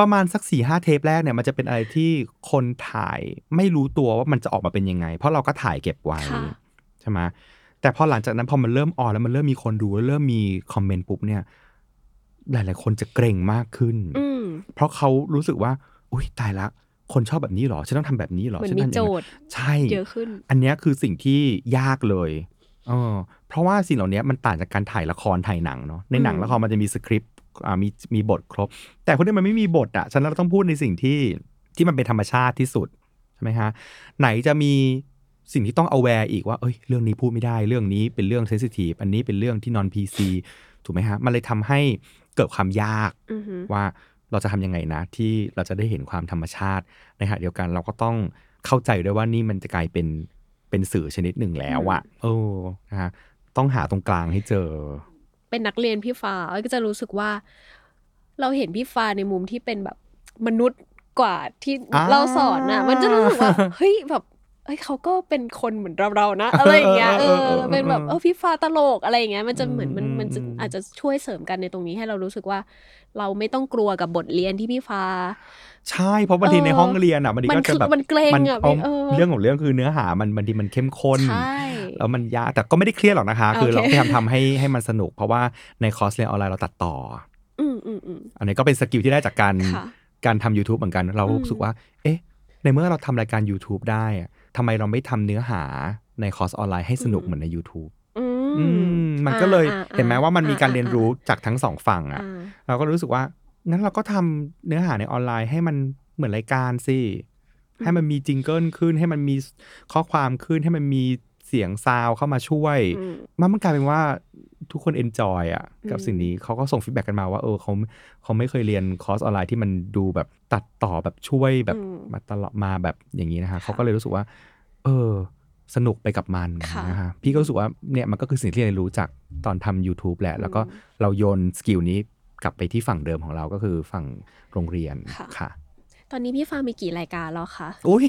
ประมาณสัก สี่ห้า เทปแรกเนี่ยมันจะเป็นอะไรที่คนถ่ายไม่รู้ตัวว่ามันจะออกมาเป็นยังไงเพราะเราก็ถ่ายเก็บไว้ใช่ไหมแต่พอหลังจากนั้นพอมันเริ่มออนแล้วมันเริ่มมีคนดูแล้วเริ่มมีคอมเมนต์ปุ๊บเนี่ยหลายๆคนจะเกรงมากขึ้นเพราะเขารู้สึกว่าอุ๊ยตายละคนชอบแบบนี้หรอฉันต้องทำแบบนี้หรอฉันทำอย่างนี้ใช่เยอะขึ้นอันนี้คือสิ่งที่ยากเลยเออเพราะว่าสิ่งเหล่านี้มันต่างจากการถ่ายละครถ่ายหนังเนาะในหนังละครมันจะมีสคริปต์อ่ามีมีบทครบแต่คนที่มันไม่มีบทอ่ะฉะนั้นเราต้องพูดในสิ่งที่ที่มันเป็นธรรมชาติที่สุดใช่ไหมฮะไหนจะมีสิ่งที่ต้อง aware อีกว่าเอ้ยเรื่องนี้พูดไม่ได้เรื่องนี้เป็นเรื่อง sensitive อันนี้เป็นเรื่องที่ non พี ซี ถูกไหมฮะมันเลยทำให้เกิดความยาก uh-huh. ว่าเราจะทำยังไงนะที่เราจะได้เห็นความธรรมชาติในขณะเดียวกันเราก็ต้องเข้าใจด้วยว่านี่มันจะกลายเป็นเป็นสื่อชนิดหนึ่งแล้วอะโอ้นะฮะต้องหาตรงกลางให้เจอเป็นนักเรียนพี่ฟ้าก็จะรู้สึกว่าเราเห็นพี่ฟ้าในมุมที่เป็นแบบมนุษย์กว่าที่เราสอนน่ะมันจะรู้สึกว่าเฮ้ยแบบเอ้ยเขาก็เป็นคนเหมือนเราๆนะอะไรอย่างเงี้ยเออเป็นแบบเออพี่ฟ้าตลกอะไรอย่างเงี้ยมันจะเหมือนมันมันจะอาจจะช่วยเสริมกันในตรงนี้ให้เรารู้สึกว่าเราไม่ต้องกลัวกับบทเรียนที่พี่ฟ้าใช่เพราะบางทีในห้องเรียนอ่ะบางทีก็จะแบบมันเกรงอ่ะเรื่องของเรื่องคือเนื้อหามันบางทีมันเข้มข้นแล้วมันยากแต่ก็ไม่ได้เครียดหรอกนะคะคือเราพยายามทำให้ให้มันสนุกเพราะว่าในคอร์สเรียนออนไลน์เราตัดต่ออันนี้ก็เป็นสกิลที่ได้จากการการทำ YouTube เหมือนกันเรารู้สึกว่าเอ๊ะในเมื่อเราทำรายการ YouTube ได้ทำไมเราไม่ทำเนื้อหาในคอร์สออนไลน์ให้สนุกเหมือนใน YouTube อืมมันก็เลยเห็นไหมว่ามันมีการเรียนรู้จากทั้งสองฝั่งอ่ะเราก็รู้สึกว่างั้นเราก็ทำเนื้อหาในออนไลน์ให้มันเหมือนรายการสิให้มันมีจิงเกิลขึ้นให้มันมีข้อความขึ้นให้มันมีเสียงซาวเข้ามาช่วยมันมันกลายเป็นว่าทุกคนเอนจอยอ่ะกับสิ่งนี้เขาก็ส่งฟีดแบ็กกันมาว่าเออเขาเขาไม่เคยเรียนคอร์สออนไลน์ที่มันดูแบบตัดต่อแบบช่วยแบบมาตลอดมาแบบอย่างนี้นะคะเขาก็เลยรู้สึกว่าเออสนุกไปกับมันนะคะพี่ก็รู้สึกว่าเนี่ยมันก็คือสิ่งที่เรียนรู้จากตอนทำ YouTube แหละแล้วก็เราโยนสกิลนี้กลับไปที่ฝั่งเดิมของเราก็คือฝั่งโรงเรียนค่ะตอนนี้พี่ฟ้ามีกี่รายการแล้วคะอุ้ย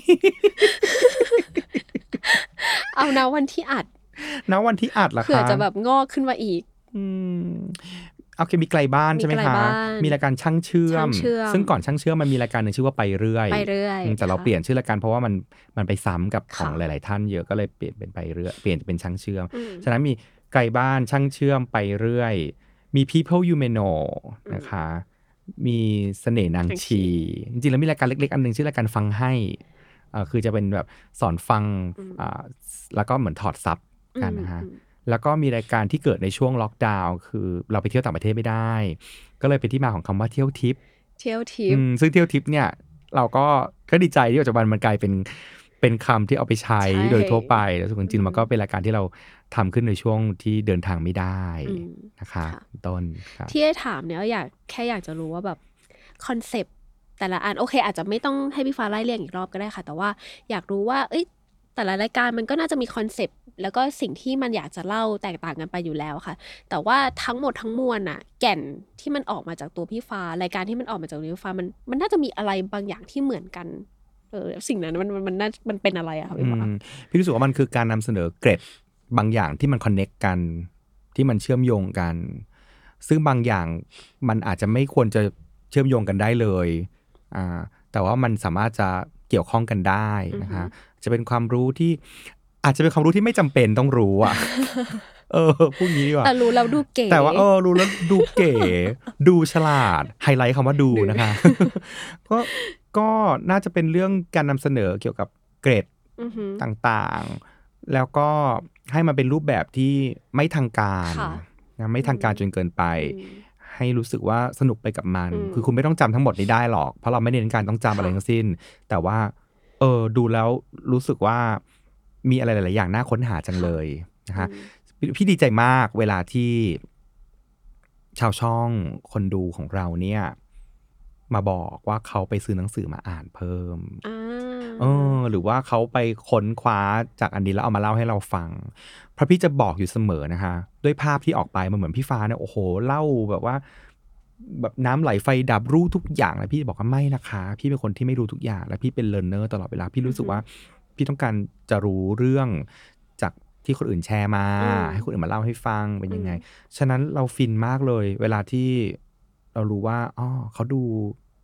เอานะวันที่อัดนะวันที่อัดล่ะคะเผื่อจะแบบงอกขึ้นมาอีกอืมโอเคมีไกลบ้านใช่ไหมคะมีรายการช่างเชื่อมซึ่งก่อนช่างเชื่อมมันมีรายการนึงชื่อว่าไปเรื่อยไปเรื่อยแต่เราเปลี่ยนชื่อรายการเพราะว่ามันมันไปซ้ำกับของหลายๆท่านเยอะก็เลยเปลี่ยนเป็นไปเรื่อยเปลี่ยนเป็นช่างเชื่อมฉะนั้นมีไกลบ้านช่างเชื่อมไปเรื่อยมี People You May Know นะคะมีเสน่ห์นางชีจริงๆแล้วมีรายการเล็กๆอันนึงชื่อรายการฟังให้อ่าคือจะเป็นแบบสอนฟังอ่าแล้วก็เหมือนถอดซับกันนะฮะแล้วก็มีรายการที่เกิดในช่วงล็อกดาวน์คือเราไปเที่ยวต่างประเทศไม่ได้ก็เลยเป็นที่มาของคำว่าเที่ยวทิปเที่ยวทิปซึ่งเที่ยวทิปเนี่ยเราก็ก็ดีใจที่ปัจจุบันมันกลายเป็นเป็นคำที่เอาไปใช้โดยทั่วไปแล้วจริงๆมันก็เป็นรายการที่เราทำขึ้นในช่วงที่เดินทางไม่ได้นะคะต้นที่ได้ถามเนี่ยอยากแค่อยากจะรู้ว่าแบบคอนเซปต์แต่ละอันโอเคอาจจะไม่ต้องให้พี่ฟ้าไล่เรียงอีกรอบก็ได้ค่ะแต่ว่าอยากรู้ว่าเอ้ยแต่ละรายการมันก็น่าจะมีคอนเซปต์แล้วก็สิ่งที่มันอยากจะเล่าแตกต่างกันไปอยู่แล้วค่ะแต่ว่าทั้งหมดทั้งมวลน่ะแก่นที่มันออกมาจากตัวพี่ฟ้ารายการที่มันออกมาจากตัวพี่ฟ้ามันมันน่าจะมีอะไรบางอย่างที่เหมือนกันเออสิ่งนั้นมันมันมันน่ามันเป็นอะไรอะคะพี่ฟ้าพี่รู้สึกว่ามันคือการนำเสนอเกร็ดบางอย่างที่มันคอนเนคกันที่มันเชื่อมโยงกันซึ่งบางอย่างมันอาจจะไม่ควรจะเชื่อมโยงกันได้เลยอ่าแต่ว่ามันสามารถจะเกี่ยวข้องกันได้นะคะจะเป็นความรู้ที่อาจจะเป็นความรู้ที่ไม่จำเป็นต้องรู้อ่ะ เออพูดงี้ดีกว่าแต่รู้แล้วดูเก๋แต่ว่าเออรู้แล้วดูเก๋ดูฉลาดไฮไลท์คำว่าดูนะคะ ก็ก็น่าจะเป็นเรื่องการนำเสนอเกี่ยวกับเกรดต่างๆแล้วก็ให้มันเป็นรูปแบบที่ไม่ทางการนะไม่ทางการจนเกินไปให้รู้สึกว่าสนุกไปกับมันคือคุณไม่ต้องจำทั้งหมดนี้ได้หรอกเพราะเราไม่เน้นการต้องจำอะไรทั้งสิ้นแต่ว่าเออดูแล้วรู้สึกว่ามีอะไรหลายๆอย่างน่าค้นหาจังเลยนะฮะพี่ดีใจมากเวลาที่ชาวช่องคนดูของเราเนี่ยมาบอกว่าเขาไปซื้อหนังสือมาอ่านเพิ่มเออหรือว่าเขาไปค้นคว้าจากอันนี้แล้วเอามาเล่าให้เราฟังเพราะพี่จะบอกอยู่เสมอนะคะด้วยภาพที่ออกไปมันเหมือนพี่ฟ้าเนี่ยโอ้โหเล่าแบบว่าแบบน้ำไหลไฟดับรู้ทุกอย่างแล้วพี่บอกว่าไม่นะคะพี่เป็นคนที่ไม่รู้ทุกอย่างและพี่เป็นเลิร์นเนอร์ตลอดเวลาพี่รู้สึกว่าพี่ต้องการจะรู้เรื่องจากที่คนอื่นแชร์มาให้คนอื่นมาเล่าให้ฟังเป็นยังไงฉะนั้นเราฟินมากเลยเวลาที่เรารู้ว่าอ๋อเขาดู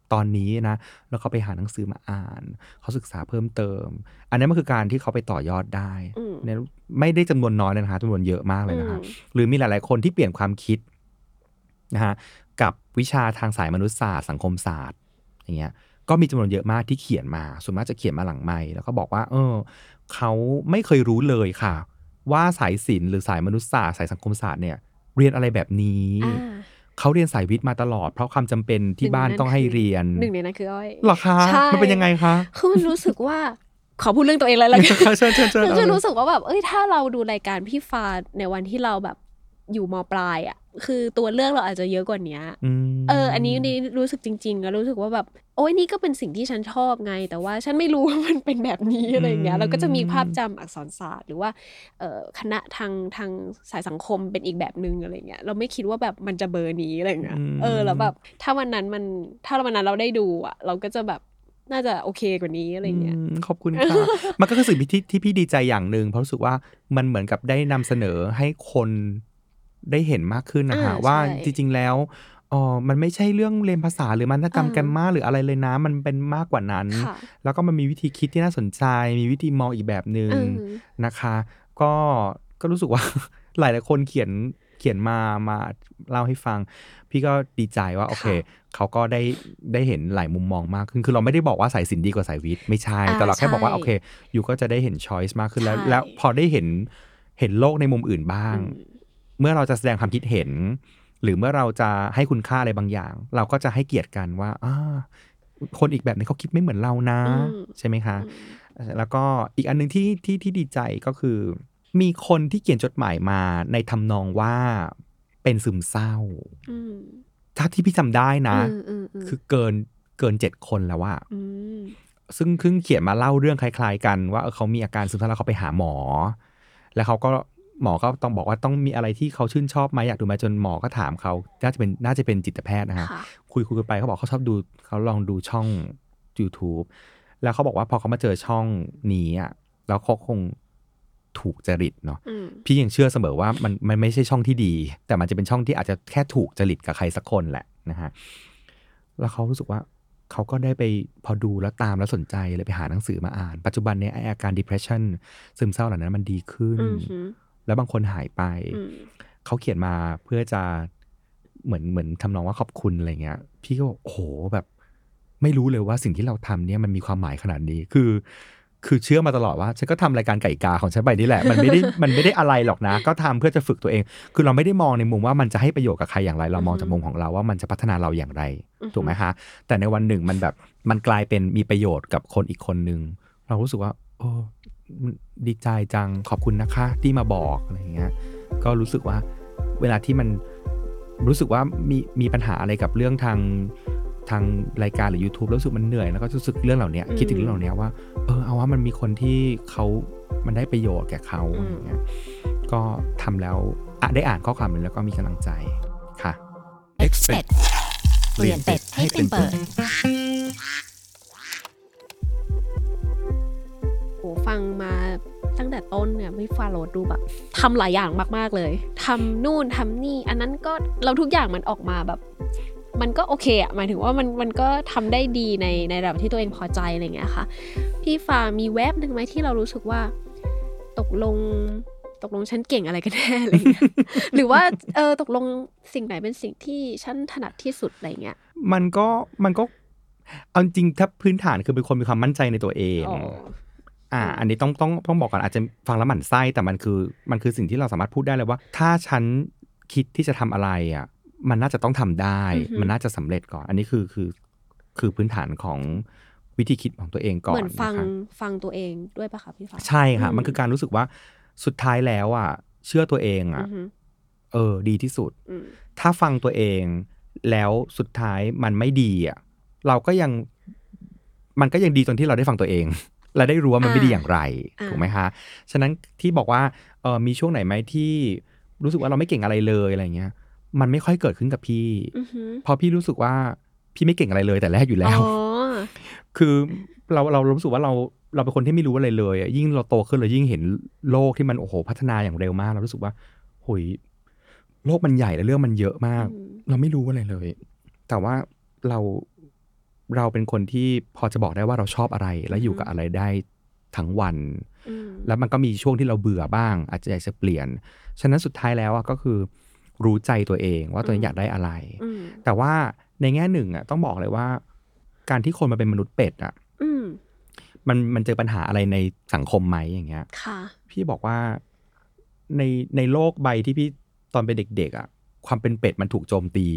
ตอนนี้นะแล้วเขาไปหาหนังสือมาอ่านเขาศึกษาเพิ่มเติมอันนี้มันคือการที่เขาไปต่อยอดได้เนี่ยไม่ได้จำนวนน้อยเลยนะคะจำนวนเยอะมากเลยนะคะหรือมีหลายๆคนที่เปลี่ยนความคิดนะฮะกับวิชาทางสายมนุษยศาสตร์สังคมศาสตร์อย่างเงี้ยก็มีจำนวนเยอะมากที่เขียนมาส่วนมากจะเขียนมาหลังไมค์แล้วก็บอกว่าเออเขาไม่เคยรู้เลยค่ะว่าสายศิลป์หรือสายมนุษยศาสตร์สายสังคมศาสตร์เนี่ยเรียนอะไรแบบนี้เขาเรียนสายวิทย์มาตลอดเพราะความจำเป็นที่บ้านต้องให้เรียนหนึ่งในนั้นคืออ้อยหรอคะมันเป็นยังไงคะคือมันรู้สึกว่าขอพูดเรื่องตัวเองเลยละกันเชิญเชิญเชิญคือรู้สึกว่าแบบเอ้ยถ้าเราดูรายการพี่ฟ้าในวันที่เราแบบอยู่ม.ปลายอ่ะคือตัวเลือกเราอาจจะเยอะกว่านี้เอออันนี้นี่รู้สึกจริงๆแล้วรู้สึกว่าแบบโอ้ยนี่ก็เป็นสิ่งที่ฉันชอบไงแต่ว่าฉันไม่รู้ว่ามันเป็นแบบนี้อะไรอย่างเงี้ยเราก็จะมีภาพจำอักษรศาสตร์หรือว่าเอ่อคณะทางทางสายสังคมเป็นอีกแบบนึงอะไรเงี้ยเราไม่คิดว่าแบบมันจะเบอร์นี้อะไรเงี้ยเออแล้วแบบถ้าวันนั้นมันถ้าวันนั้นเราได้ดูอ่ะเราก็จะแบบน่าจะโอเคกว่านี้อะไรเงี้ยขอบคุณค่ะมันก็คือสิ่งที่ที่พี่ดีใจอย่างนึงเพราะรู้สึกว่ามันเหมือนกับได้นำเสนอให้คนได้เห็นมากขึ้นนะฮะว่าจริงๆแล้วอ๋อมันไม่ใช่เรื่องเรียนภาษาหรือมันจำแกรมมาหรืออะไรเลยนะมันเป็นมากกว่านั้นแล้วก็มันมีวิธีคิดที่น่าสนใจมีวิธีมองอีกแบบนึงนะคะก็ก็รู้สึกว่าหลายๆคนเขียนเขียนมามาเล่าให้ฟังพี่ก็ดีใจว่าโอเคเขาก็ได้ได้เห็นหลายมุมมองมากขึ้นคือเราไม่ได้บอกว่าสายศิลป์ดีกว่าสายวิทย์ไม่ใช่แต่เราแค่บอกว่าโอเคอยู่ก็จะได้เห็นช้อยส์มากขึ้นแล้วแล้วพอได้เห็นเห็นโลกในมุมอื่นบ้างเมื่อเราจะแสดงความคิดเห็นหรือเมื่อเราจะให้คุณค่าอะไรบางอย่างเราก็จะให้เกียรติกันว่าอ่าคนอีกแบบนึงเขาคิดไม่เหมือนเรานะใช่ไหมคะแล้วก็อีกอันนึงที่ที่ที่ดีใจก็คือมีคนที่เขียนจดหมายมาในทำนองว่าเป็นซึมเศร้าถ้าที่พี่จำได้นะคือเกินเกินเจ็ดคนแล้วว่าซึ่งซึ่งเขียนมาเล่าเรื่องคล้ายๆกันว่าเขามีอาการซึมเศร้าแล้วเขาไปหาหมอแล้วเขาก็หมอก็ต้องบอกว่าต้องมีอะไรที่เขาชื่นชอบไหมอยากดูไหมจนหมอก็ถามเขาน่าจะเป็นน่าจะเป็นจิตแพทย์นะฮะคุยคุยกันไปเขาบอกเขาชอบดูเขาลองดูช่อง YouTube แล้วเขาบอกว่าพอเขามาเจอช่องนี้อ่ะแล้วเขาคงถูกจริตเนาะพี่ยังเชื่อเสมอว่ามันมันไม่ใช่ช่องที่ดีแต่มันจะเป็นช่องที่อาจจะแค่ถูกจริตกับใครสักคนแหละนะฮะแล้วเขารู้สึกว่าเขาก็ได้ไปพอดูแล้วตามแล้วสนใจเลยไปหาหนังสือมาอ่านปัจจุบันนี้อาการ depression ซึมเศร้าเหล่านั้นมันดีขึ้นแล้วบางคนหายไปเขาเขียนมาเพื่อจะเหมือนเหมือนทำนองว่าขอบคุณอะไรเงี้ยพี่ก็โอ้โหแบบไม่รู้เลยว่าสิ่งที่เราทำเนี่ยมันมีความหมายขนาดนี้คือคือเชื่อมาตลอดว่าฉันก็ทำรายการไก่กาของฉันไปนี่แหละมันไม่ได้มันไม่ได้อะไรหรอกนะก็ทำเพื่อจะฝึกตัวเองคือเราไม่ได้มองในมุมว่ามันจะให้ประโยชน์กับใครอย่างไรเรามองจากมุมของเราว่ามันจะพัฒนาเราอย่างไรถูกไหมคะแต่ในวันหนึ่งมันแบบมันกลายเป็นมีประโยชน์กับคนอีกคนนึงเรารู้สึกว่าโอ้ดีใจจังขอบคุณนะคะที่มาบอกอะไรอย่างเงี้ยก็รู้สึกว่าเวลาที่มันรู้สึกว่ามีมีปัญหาอะไรกับเรื่องทางทางรายการหรือ YouTube รู้สึกมันเหนื่อยแล้วก็รู้สึกเรื่องเหล่านี้คิดถึงเรื่องเหล่านี้ว่าเออเอาว่ามันมีคนที่เขามันได้ประโยชน์แก่เขาอย่างเงี้ยก็ทำแล้วอ่ะได้อ่านข้อความแล้วก็มีกำลังใจค่ะ Expect เปลี่ยนเป็ดให้เป็นเปิดโอ้ฟังมาตั้งแต่ต้นเนี่ยไม่ฟาโรดดูแบบทำหลายอย่างมากๆเลยทำนู่นทำนี่อันนั้นก็เราทุกอย่างมันออกมาแบบมันก็โอเคอะหมายถึงว่ามันมันก็ทำได้ดีในในระดับที่ตัวเองพอใจอะไรเงี้ยค่ะพี่ฟ้ามีแวบนึงไหมที่เรารู้สึกว่าตกลงตกลงฉันเก่งอะไรกันแน่อะไรเงี้ย หรือว่าเออตกลงสิ่งไหนเป็นสิ่งที่ฉันถนัดที่สุดอะไรเงี้ยมันก็มันก็เอาจริงถ้าพื้นฐานคือเป็นคนมีความมั่นใจในตัวเองอ่าอันนี้ต้องต้องต้องบอกก่อนอาจจะฟังแล้วหมั่นไส้แต่มันคือมันคือสิ่งที่เราสามารถพูดได้เลยว่าถ้าฉันคิดที่จะทำอะไรอ่ะมันน่าจะต้องทำได้มันน่าจะสำเร็จก่อนอันนี้คือคือคือพื้นฐานของวิธีคิดของตัวเองก่อนเหมือนฟังฟังตัวเองด้วยป่ะคะพี่ฟ้าใช่ค่ะมันคือการรู้สึกว่าสุดท้ายแล้วอ่ะเชื่อตัวเองอ่ะเออดีที่สุดถ้าฟังตัวเองแล้วสุดท้ายมันไม่ดีอ่ะเราก็ยังมันก็ยังดีตอนที่เราได้ฟังตัวเองและได้รู้ว่ามันไม่ดีอย่างไรถูกไหมคะฉะนั้นที่บอกว่าเออมีช่วงไหนไหมที่รู้สึกว่าเราไม่เก่งอะไรเลยอะไรเงี้ยมันไม่ค่อยเกิดขึ้นกับพี่เพราะพี่รู้สึกว่าพี่ไม่เก่งอะไรเลยแต่แรกอยู่แล้วคือเราเรารู้สึกว่าเราเราเป็นคนที่ไม่รู้อะไรเลยยิ่งเราโตขึ้นเรายิ่งเห็นโลกที่มันโอ้โหพัฒนาอย่างเร็วมากเรารู้สึกว่าโหยโลกมันใหญ่และเรื่องมันเยอะมากเราไม่รู้อะไรเลยแต่ว่าเราเราเป็นคนที่พอจะบอกได้ว่าเราชอบอะไรและอยู่กับอะไรได้ทั้งวันแล้วมันก็มีช่วงที่เราเบื่อบ้างอาจจะอยากจะเปลี่ยนฉะนั้นสุดท้ายแล้วก็คือรู้ใจตัวเองว่าตัวเองอยากได้อะไรแต่ว่าในแง่หนึ่งอ่ะต้องบอกเลยว่าการที่คนมาเป็นมนุษย์เป็ดอ่ะมันมันเจอปัญหาอะไรในสังคมไหมอย่างเงี้ยพี่บอกว่าในในโลกใบที่พี่ตอนเป็นเด็กๆอ่ะความเป็นเป็ดมันถูกโจมตี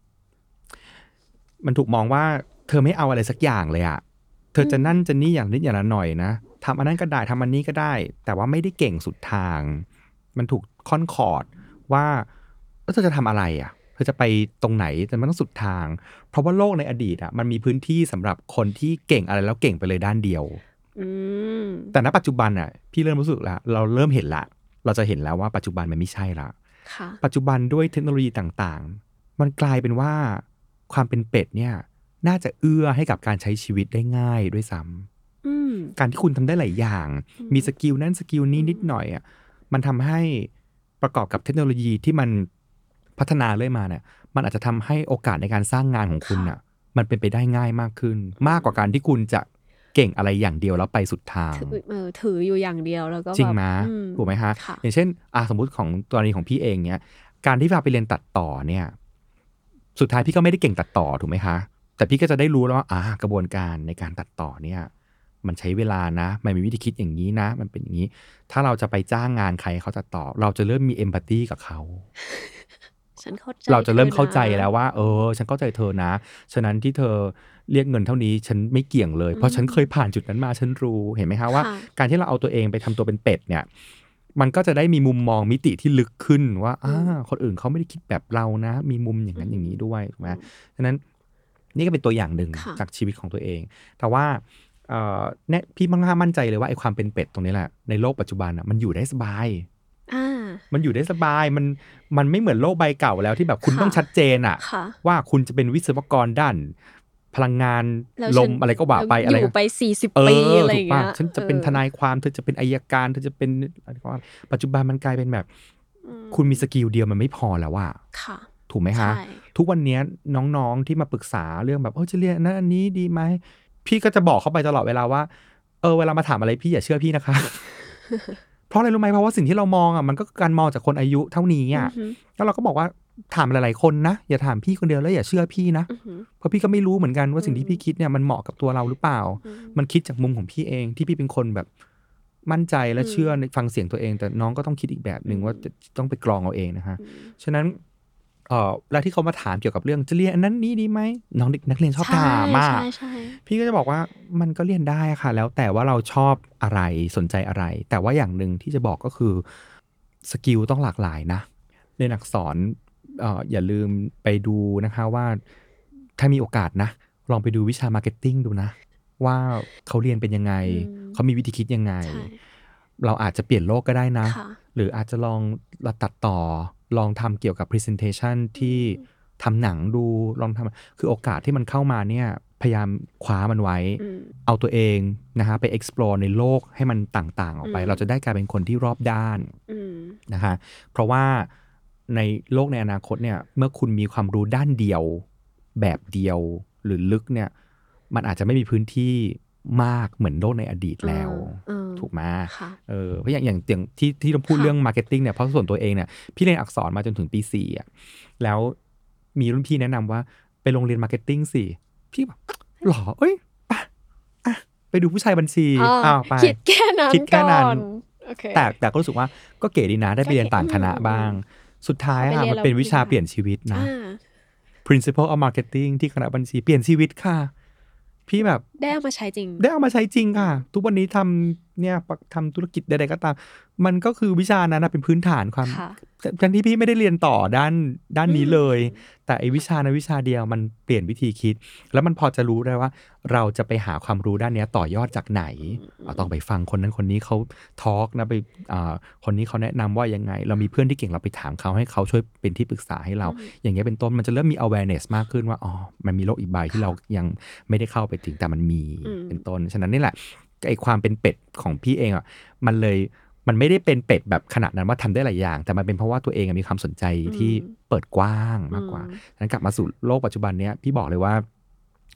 มันถูกมองว่าเธอไม่เอาอะไรสักอย่างเลยอ่ะเธอจะนั่นจะนี่อย่างนิดอย่างละหน่อยนะทำอันนั้นก็ได้ทำอันนี้ก็ได้แต่ว่าไม่ได้เก่งสุดทางมันถูกค่อนคอร์ดว่าเธอจะทำอะไรอ่ะเธอจะไปตรงไหนแต่มันต้องสุดทางเพราะว่าโลกในอดีตอ่ะมันมีพื้นที่สำหรับคนที่เก่งอะไรแล้วเก่งไปเลยด้านเดียวแต่ณปัจจุบันอ่ะพี่เริ่มรู้สึกแล้วเราเริ่มเห็นละเราจะเห็นแล้วว่าปัจจุบันมันไม่ใช่ละปัจจุบันด้วยเทคโนโลยีต่างๆมันกลายเป็นว่าความเป็นเป็ดเนี่ยน่าจะเอื้อให้กับการใช้ชีวิตได้ง่ายด้วยซ้ำการที่คุณทำได้หลายอย่างมีสกิลนั้นสกิลนี้นิดหน่อยอ่ะมันทำให้ประกอบกับเทคโนโลยีที่มันพัฒนาเรื่อยมาเนี่ยมันอาจจะทำให้โอกาสในการสร้างงานของคุณอ่ะมันเป็นไปได้ง่ายมากขึ้นมากกว่าการที่คุณจะเก่งอะไรอย่างเดียวแล้วไปสุดทางเออถืออยู่อย่างเดียวแล้วก็จริงไหมถูกไหมฮะอย่างเช่นอ่ะสมมุติของตัวนี้ของพี่เองเนี่ยการที่พาไปเรียนตัดต่อเนี่ยสุดท้ายพี่ก็ไม่ได้เก่งตัดต่อถูกไหมคะแต่พี่ก็จะได้รู้แล้วว่าอ่ากระบวนการในการตัดต่อเนี่ยมันใช้เวลานะมันมีวิธีคิดอย่างนี้นะมันเป็นอย่างนี้ถ้าเราจะไปจ้างงานใครเขาตัดต่อเราจะเริ่มมีเอมพัตตีกับเขาเราจะเริ่มเข้าใจแล้วว่าเออฉันเข้าใจเธอนะฉะนั้นที่เธอเรียกเงินเท่านี้ฉันไม่เกี่ยงเลยเพราะฉันเคยผ่านจุดนั้นมาฉันรู้เห็นไหมคะว่าการที่เราเอาตัวเองไปทำตัวเป็นเป็ดเนี่ยมันก็จะได้มีมุมมองมิติที่ลึกขึ้นว่าอ่าคนอื่นเขาไม่ได้คิดแบบเรานะมีมุมอย่างนั้นอย่างนี้ด้วยถูกไหมฉะนั้นนี่ก็เป็นตัวอย่างหนึ่งจากชีวิตของตัวเองแต่ว่าเอ่อเนี่ยพี่มั่นมั่นใจเลยว่าไอ้ความเป็นเป็ดตรงนี้แหละในโลกปัจจุบันอ่ะมันอยู่ได้สบายมันอยู่ได้สบายมันมันไม่เหมือนโลกใบเก่าแล้วที่แบบคุณต้องชัดเจนอ่ะว่าคุณจะเป็นวิศวกรด้านพลังงานลมอะไรก็ว่าไปอะไรอยู่ไปสี่สิบปีอะไรอย่างเงี้ยฉันจะเป็นทนายความเธอจะเป็นอัยการเธอจะเป็นอะไรก็ปัจจุบันมันกลายเป็นแบบคุณมีสกิลเดียวมันไม่พอแล้วอ่ะถูกไหมคะทุกวันนี้น้องๆที่มาปรึกษาเรื่องแบบเออจะเรียนนั้นอันนี้ดีไหมพี่ก็จะบอกเขาไปตลอดเวลาว่าเออเวลามาถามอะไรพี่อย่าเชื่อพี่นะคะเพราะอะไรรู้ไหมเพราะว่าสิ่งที่เรามองอ่ะมันก็การมองจากคนอายุเท่านี้อ่ะแล้วเราก็บอกว่าถามหลายๆคนนะอย่าถามพี่คนเดียวแล้วอย่าเชื่อพี่นะเพราะพี่ก็ไม่รู้เหมือนกันว่าสิ่งที่พี่คิดเนี่ยมันเหมาะกับตัวเราหรือเปล่ามันคิดจากมุมของพี่เองที่พี่เป็นคนแบบมั่นใจและเชื่อในฟังเสียงตัวเองแต่น้องก็ต้องคิดอีกแบบนึงว่าต้องไปกรองเอาเองนะคะฉะนั้นเอ่อแล้วที่เขามาถามเกี่ยวกับเรื่องจะเรียนอันนั้นนี้ดีไหมน้องเด็กนักเรียนชอบถามมากพี่ก็จะบอกว่ามันก็เรียนได้ค่ะแล้วแต่ว่าเราชอบอะไรสนใจอะไรแต่ว่าอย่างนึงที่จะบอกก็คือสกิลต้องหลากหลายนะเรียนอักษรเอ่ออย่าลืมไปดูนะคะว่าถ้ามีโอกาสนะลองไปดูวิชามาร์เก็ตติ้งดูนะว่าเขาเรียนเป็นยังไงเขามีวิธีคิดยังไงเราอาจจะเปลี่ยนโลกก็ได้นะหรืออาจจะลองเราตัดต่อลองทำเกี่ยวกับ presentation ที่ทำหนังดูลองทำคือโอกาสที่มันเข้ามาเนี่ยพยายามคว้ามันไว้เอาตัวเองนะฮะไป explore ในโลกให้มันต่างๆออกไปเราจะได้กลายเป็นคนที่รอบด้านนะคะเพราะว่าในโลกในอนาคตเนี่ยเมื่อคุณมีความรู้ด้านเดียวแบบเดียวหรือลึกเนี่ยมันอาจจะไม่มีพื้นที่มากเหมือนโลกในอดีตแล้วถูกไหมเออเพราะอย่างอย่างอย่างที่ที่เราพูดเรื่อง marketing เนี่ยเพราะส่วนตัวเองเนี่ยพี่เรียนอักษรมาจนถึงปีสี่อ่ะแล้วมีรุ่นพี่แนะนำว่าไปโรงเรียน marketing สิพี่แบบหรอเอ้ยไปอ่ะไปดูผู้ชายบัญชีอ้าวไปคิดแค่นั้นคิดแค่นั้นแต่แต่ก็รู้สึกว่าก็เก๋ดีนะได้ไปเรียนต่างคณะบ้างสุดท้ายค่ะมันเป็นวิชาเปลี่ยนชีวิตนะ principle of marketing ที่คณะบัญชีเปลี่ยนชีวิตค่ะพี่แบบได้เอามาใช้จริงได้เอามาใช้จริงค่ะทุกวันนี้ทำเนี่ยทำธุรกิจใดๆก็ตามมันก็คือวิชานั้นเป็นพื้นฐานความทั้งที่พี่ไม่ได้เรียนต่อด้านด้านนี้เลยแต่ไอ้วิชานะวิชาเดียวมันเปลี่ยนวิธีคิดแล้วมันพอจะรู้ได้ว่าเราจะไปหาความรู้ด้านนี้ต่อยอดจากไหนต้องไปฟังคนนั้นคนนี้เขาทอล์กนะไปคนนี้เขาแนะนำว่ายังไงเรามีเพื่อนที่เก่งเราไปถามเขาให้เขาช่วยเป็นที่ปรึกษาให้เราอย่างเงี้ยเป็นต้นมันจะเริ่มมี awareness มากขึ้นว่าอ๋อมันมีโลกอีกใบที่เรายังไม่ได้เข้าไปถึงแต่มันมีเป็นต้นฉะนั้นนี่แหละไอ้ความเป็นเป็ดของพี่เองอ่ะมันเลยมันไม่ได้เป็นเป็ดแบบขนาดนั้นว่าทำได้หลายอย่างแต่มันเป็นเพราะว่าตัวเองมีความสนใจที่เปิดกว้างมากกว่าฉะนั้นกลับมาสู่โลกปัจจุบันเนี้ยพี่บอกเลยว่า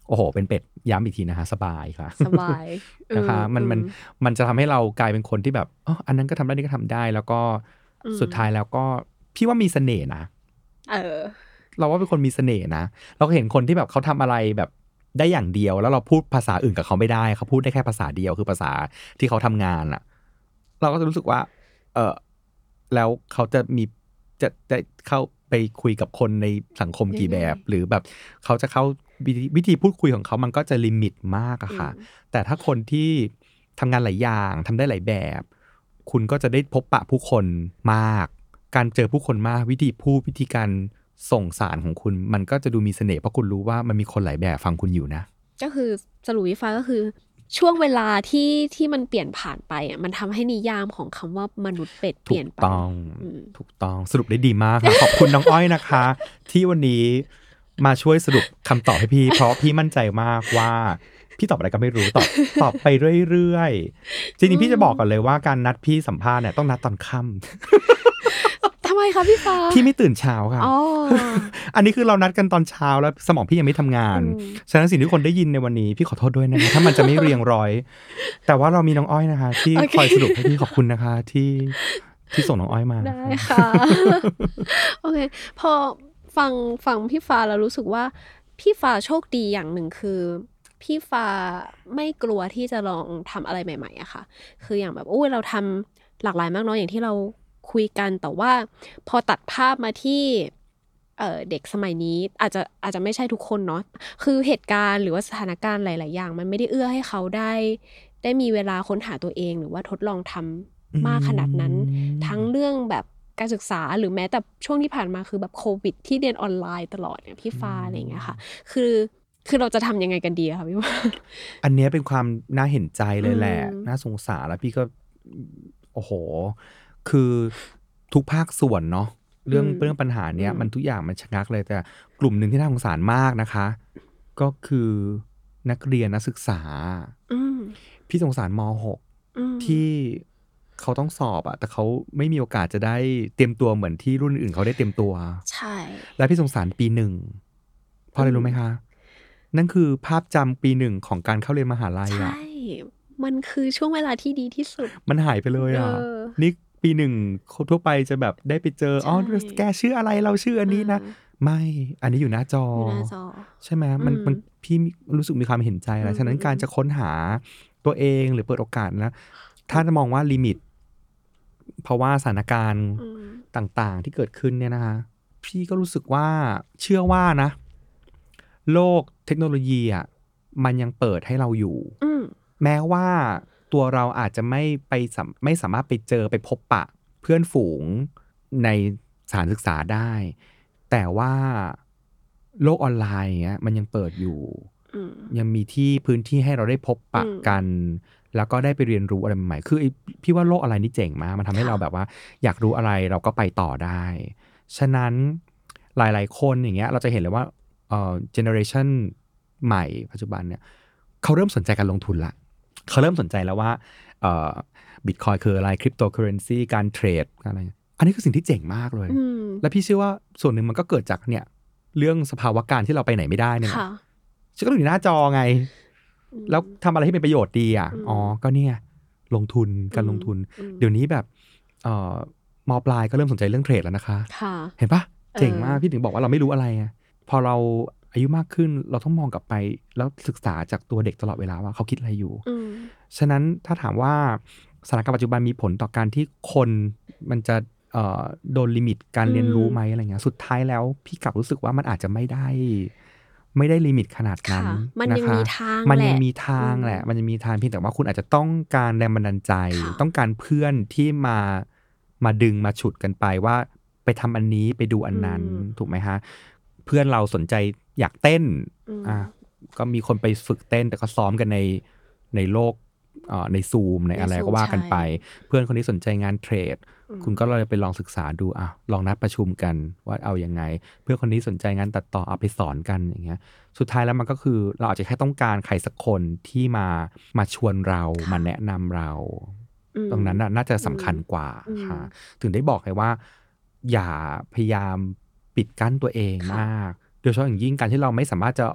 โอ้โหเป็นเป็ดย้ำอีกทีนะคะสบายค่ะสบายนะคะมันมันอืมันจะทำให้เรากลายเป็นคนที่แบบอ๋ออันนั้นก็ทำได้นี่ก็ทำได้ แล้วก็อืมสุดท้ายแล้วก็พี่ว่ามีเสน่ห์นะเออเราว่าเป็นคนมีเสน่ห์นะเราก็เห็นคนที่แบบเขาทำอะไรแบบได้อย่างเดียว แล้วเราพูดภาษาอื่นกับเขาไม่ได้เขาพูดได้แค่ภาษาเดียวคือภาษาที่เขาทำงานอะเราก็จะรู้สึกว่า เออแล้วเขาจะมีจะจะเข้าไปคุยกับคนในสังคมกี่แบบ หรือแบบเขาจะเข้าวิธีวิธีพูดคุยของเขามันก็จะลิมิตมากอะค่ะ แต่ถ้าคนที่ทำงานหลายอย่างทำได้หลายแบบ คุณก็จะได้พบปะผู้คนมาก การเจอผู้คนมากวิธีพูดวิธีการส่งสารของคุณมันก็จะดูมีเสน่ห์เพราะคุณรู้ว่ามันมีคนหลายแบบฟังคุณอยู่นะก็คือสรุปวิฟ้าก็คือช่วงเวลาที่ที่มันเปลี่ยนผ่านไปอ่ะมันทำให้นิยามของคำว่ามนุษย์เป็ดเปถูลี่ยกนไปต้องอืมถูกต้องสรุปได้ดีมากค่ะ ขอบคุณน้องอ้อยนะคะ ที่วันนี้มาช่วยสรุปคำตอบให้พี่ เพราะพี่มั่นใจมากว่าพี่ตอบอะไรก็ไม่รู้ตอบตอบไปเรื่อยๆจริงๆพี่จะบอกก่อนเลยว่าการนัดพี่สัมภาษณ์เนี่ยต้องนัดตอนค่ำทำไมคะพี่ฟ้าพี่ไม่ตื่นเช้าค่ะอ๋ออันนี้คือเรานัดกันตอนเช้าแล้วสมองพี่ยังไม่ทำงานอืมฉะนั้นสิ่งที่คนได้ยินในวันนี้พี่ขอโทษด้วยนะคะถ้ามันจะไม่เรียงร้อย แต่ว่าเรามีน้องอ้อยนะคะ ที่โอเคคอยสรุปให้พี่ขอบคุณนะคะ ที่ที่ส่งน้องอ้อยมาได้ค่ะ โอเค พอฟังฟังพี่ฟ้าแล้วรู้สึกว่าพี่ฟ้าโชคดีอย่างหนึ่งคือ พี่ฟ้าไม่กลัวที่จะลองทำอะไรใหม่ๆอะค่ะ คืออย่างแบบโอ้ยเราทำหลากหลายมากเนาะอย่างที่เราคุยกันแต่ว่าพอตัดภาพมาที่เอ่อเด็กสมัยนี้อาจจะอาจจะไม่ใช่ทุกคนเนาะคือเหตุการณ์หรือว่าสถานการณ์หลายๆอย่างมันไม่ได้เอื้อให้เขาได้ได้มีเวลาค้นหาตัวเองหรือว่าทดลองทำมากขนาดนั้น ทั้งเรื่องแบบการศึกษาหรือแม้แต่ช่วงที่ผ่านมาคือแบบโควิดที่เรียนออนไลน์ตลอดเนี่ยพี่ฟ้าอะไรอย่างเงี้ยค่ะคือคือเราจะทำยังไงกันดีอะคะพี่ว่าอันเนี้ยเป็นความน่าเห็นใจเลยแหละอืมน่าสงสารแล้วพี่ก็โอ้โห คือทุกภาคส่วนเนาะเรื่องอืมเรื่องปัญหาเนี้ยอืมมันทุกอย่างมันชะงักเลยแต่กลุ่มหนึ่งที่น่าสงสารมากนะคะ ก็คือนักเรียนนักศึกษาอืมพี่สงสารม หกอืมที่เขาต้องสอบอะแต่เขาไม่มีโอกาสจะได้เตรียมตัวเหมือนที่รุ่นอื่นเขาได้เตรียมตัวใช่และพี่สงสารปีหนึ่งเพราะอะไรรู้ไหมคะ นั่นคือภาพจำปีหนึ่งของการเข้าเรียนมหาลัยใช่อะมันคือช่วงเวลาที่ดีที่สุดมันหายไปเลยอ่ะเออนี่ปีหนึ่งคนทั่วไปจะแบบได้ไปเจอ อ๋อใช่แกชื่ออะไรเราชื่ออันนี้นะอืมไม่ อันนี้อยู่หน้าจออยู่หน้าจอใช่ไหมมันอืมมันพี่รู้สึกมีความเห็นใจแหละอืมฉะนั้นการจะค้นหาตัวเองหรือเปิดโอกาสนะ ถ้าจะมองว่าลิมิต เพราะว่าสถานการณ์อืมต่างๆที่เกิดขึ้นเนี่ยนะคะ พี่ก็รู้สึกว่าเชื่อว่านะ โลกเทคโนโลยีอ่ะมันยังเปิดให้เราอยู่อืมแม้ว่าตัวเราอาจจะไม่ไปสามไม่สามารถไปเจอไปพบปะเพื่อนฝูงในสถานศึกษาได้ แต่ว่าโลกออนไลน์อย่างเงี้ยมันยังเปิดอยู่อืมยังมีที่พื้นที่ให้เราได้พบปะอืมกัน แล้วก็ได้ไปเรียนรู้อะไรใหม่ๆคือไอ้พี่ว่าโลกออนไลน์นี่เจ๋งมากมันทำให้ค่ะเราแบบว่า อยากรู้อะไรเราก็ไปต่อได้ ฉะนั้นหลายๆคนอย่างเงี้ยเราจะเห็นเลยว่าเอ่อเจเนอเรชันใหม่ปัจจุบันเนี่ยเขาเริ่มสนใจการลงทุนละเขาเริ่มสนใจแล้วว่าเอ่อบิตคอยคืออะไรคริปโตเคอเรนซีการเทรดอะไรอันนี้คือสิ่งที่เจ๋งมากเลยอืมและพี่เชื่อว่าส่วนหนึ่งมันก็เกิดจากเนี่ยเรื่องสภาวะการที่เราไปไหนไม่ได้เนี่ยนะค่ะฉันก็ต้องอยู่หน้าจอไงอืมแล้วทำอะไรที่เป็นประโยชน์ดีอ่ะอืมอ๋อ ก็เนี่ยลงทุนการลงทุนอืมเดี๋ยวนี้แบบเอ่อมปลายก็เริ่มสนใจเรื่องเทรดแล้วนะคะค่ะเห็นปะเจ๋งมากเออพี่ถึงบอกว่าเราไม่รู้อะไรอะพอเราอายุมากขึ้นเราต้องมองกลับไปแล้วศึกษาจากตัวเด็กตลอดเวลาว่าเขาคิดอะไรอยู่อืมฉะนั้นถ้าถามว่าสถานการณ์ปัจจุบันมีผลต่อการที่คนมันจะเอ่อโดนลิมิตการเรียนรู้ไหมอะไรเงี้ยสุดท้ายแล้วพี่กลับรู้สึกว่ามันอาจจะไม่ได้ ไม่ได้ลิมิตขนาดนั้นค่ะมันนะยังคะมีทางมันยังแหละมีทางแหละ มันยังมีทางเพียงแต่ว่าคุณอาจจะต้องการแรงบันดาลใจค่ะต้องการเพื่อนที่มามาดึงมาฉุดกันไปว่าไปทำอันนี้ไปดูอันนั้นอืมถูกไหมฮะเพื่อนเราสนใจอยากเต้นอืมอ่ะก็มีคนไปฝึกเต้นแต่ก็ซ้อมกันในในโลกเอ่อในซูมในอะไรใน Zoom ก็ว่ากันไปใช่เพื่อนคนนี้สนใจงานเทรดอืมคุณก็เลยไปลองศึกษาดูอ่ะลองนัดประชุมกันว่าเอายังไง เพื่อนคนนี้สนใจงานตัดต่อเอาไปสอนกันอย่างเงี้ยสุดท้ายแล้วมันก็คือเราอาจจะแค่ต้องการใครสักคนที่มามาชวนเราค่ะมาแนะนำเราอืมตรงนั้นน่ะน่าจะสำคัญกว่าอืมค่ะถึงได้บอกเลยว่า อย่าพยายามปิดกั้นตัวเองค่ะมาก โดยเฉพาะอย่างยิ่งการที่เราไม่สามารถจะ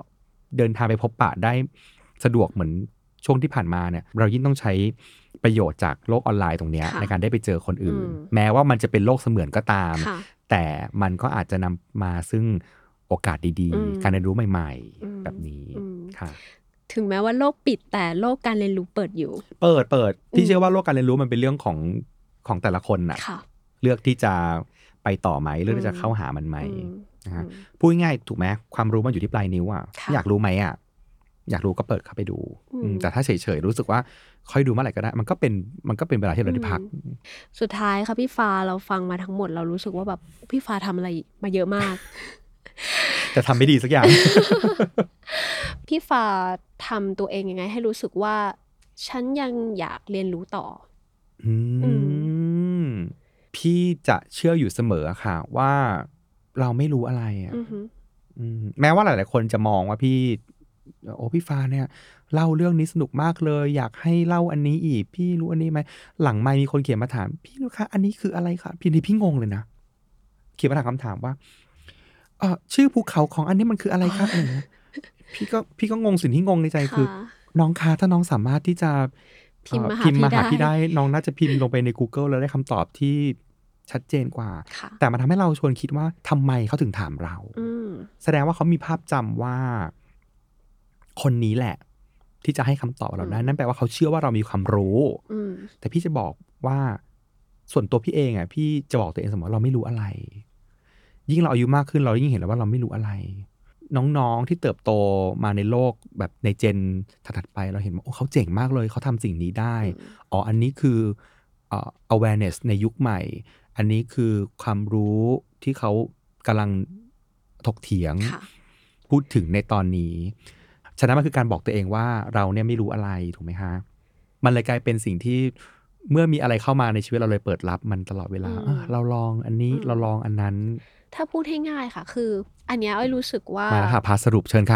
เดินทางไปพบปะได้สะดวกเหมือนช่วงที่ผ่านมาเนี่ยเรายิ่งต้องใช้ประโยชน์จากโลกออนไลน์ตรงนี้ในการได้ไปเจอคนอื่นแม้ว่ามันจะเป็นโลกเสมือนก็ตามแต่มันก็อาจจะนำมาซึ่งโอกาสดีๆการเรียนรู้ใหม่ๆแบบนี้ค่ะถึงแม้ว่าโลกปิดแต่โลกการเรียนรู้เปิดอยู่เปิดเปิดพี่เชื่อว่าโลกการเรียนรู้มันเป็นเรื่องของของแต่ละคนน่ะเลือกที่จะไปต่อไหมเลือกที่จะเข้าหามันไหมนะฮะพูดง่ายๆถูกไหมความรู้มันอยู่ที่ปลายนิ้วอ่ะอยากรู้ไหมอ่ะอยากรู้ก็เปิดเข้าไปดูแต่ถ้าเฉยๆรู้สึกว่าค่อยดูเมื่อไหร่ก็ได้มันก็เป็นมันก็เป็นเวลาที่เราได้พักสุดท้ายค่ะพี่ฟ้าเราฟังมาทั้งหมดเรารู้สึกว่าแบบพี่ฟ้าทำอะไรมาเยอะมากแต่ทำไม่ดีสักอย่างพี่ฟ้าทำตัวเองยังไงให้รู้สึกว่าฉันยังอยากเรียนรู้ต่ออืมพี่จะเชื่ออยู่เสมอค่ะว่าเราไม่รู้อะไรอ่ะแม้ว่าหลายๆคนจะมองว่าพี่โอ้พี่ฟ้าเนี่ยเล่าเรื่องนี้สนุกมากเลยอยากให้เล่าอันนี้อีกพี่รู้อันนี้ไหมหลังไมค์มีคนเขียนมาถามพี่รู้คะอันนี้คืออะไรคะพี่นี่พี่งงเลยนะเขียนมาถามคำถามว่าเออชื่อภูเขาของอันนี้มันคืออะไรครับอะไรเงี้ยพี่ก็พี่ก็งงสิ่งที่งงในใจคือน้องคะถ้าน้องสามารถที่จะพิมพ์มาหาพี่ได้น้องน่าจะพิมพ์ลงไปใน Google แล้วได้คำตอบที่ชัดเจนกว่าแต่มันทำให้เราชวนคิดว่าทำไมเขาถึงถามเราแสดงว่าเขามีภาพจำว่าคนนี้แหละที่จะให้คำตอบเราได้นั่นแปลว่าเขาเชื่อว่าเรามีความรู้แต่พี่จะบอกว่าส่วนตัวพี่เองอ่ะพี่จะบอกตัวเองเสมอเราไม่รู้อะไรยิ่งเราอายุมากขึ้นเรายิ่งเห็นแล้วว่าเราไม่รู้อะไรน้องๆที่เติบโตมาในโลกแบบในเจนถัดๆไปเราเห็นว่าโอ้เขาเจ๋งมากเลยเขาทำสิ่งนี้ได้อ๋ออันนี้คือเอ่อ awareness ในยุคใหม่อันนี้คือความรู้ที่เขากำลังถกเถียงพูดถึงในตอนนี้ฉะนั้นมันคือการบอกตัวเองว่าเราเนี่ยไม่รู้อะไรถูกไหมคะมันเลยกลายเป็นสิ่งที่เมื่อมีอะไรเข้ามาในชีวิตเราเลยเปิดรับมันตลอดเวลาเราลองอันนี้เราลองอันนั้นถ้าพูดให้ง่ายค่ะคืออันนี้อ้อยรู้สึกว่ามาค่ะพาสรุปเชิญค่ะ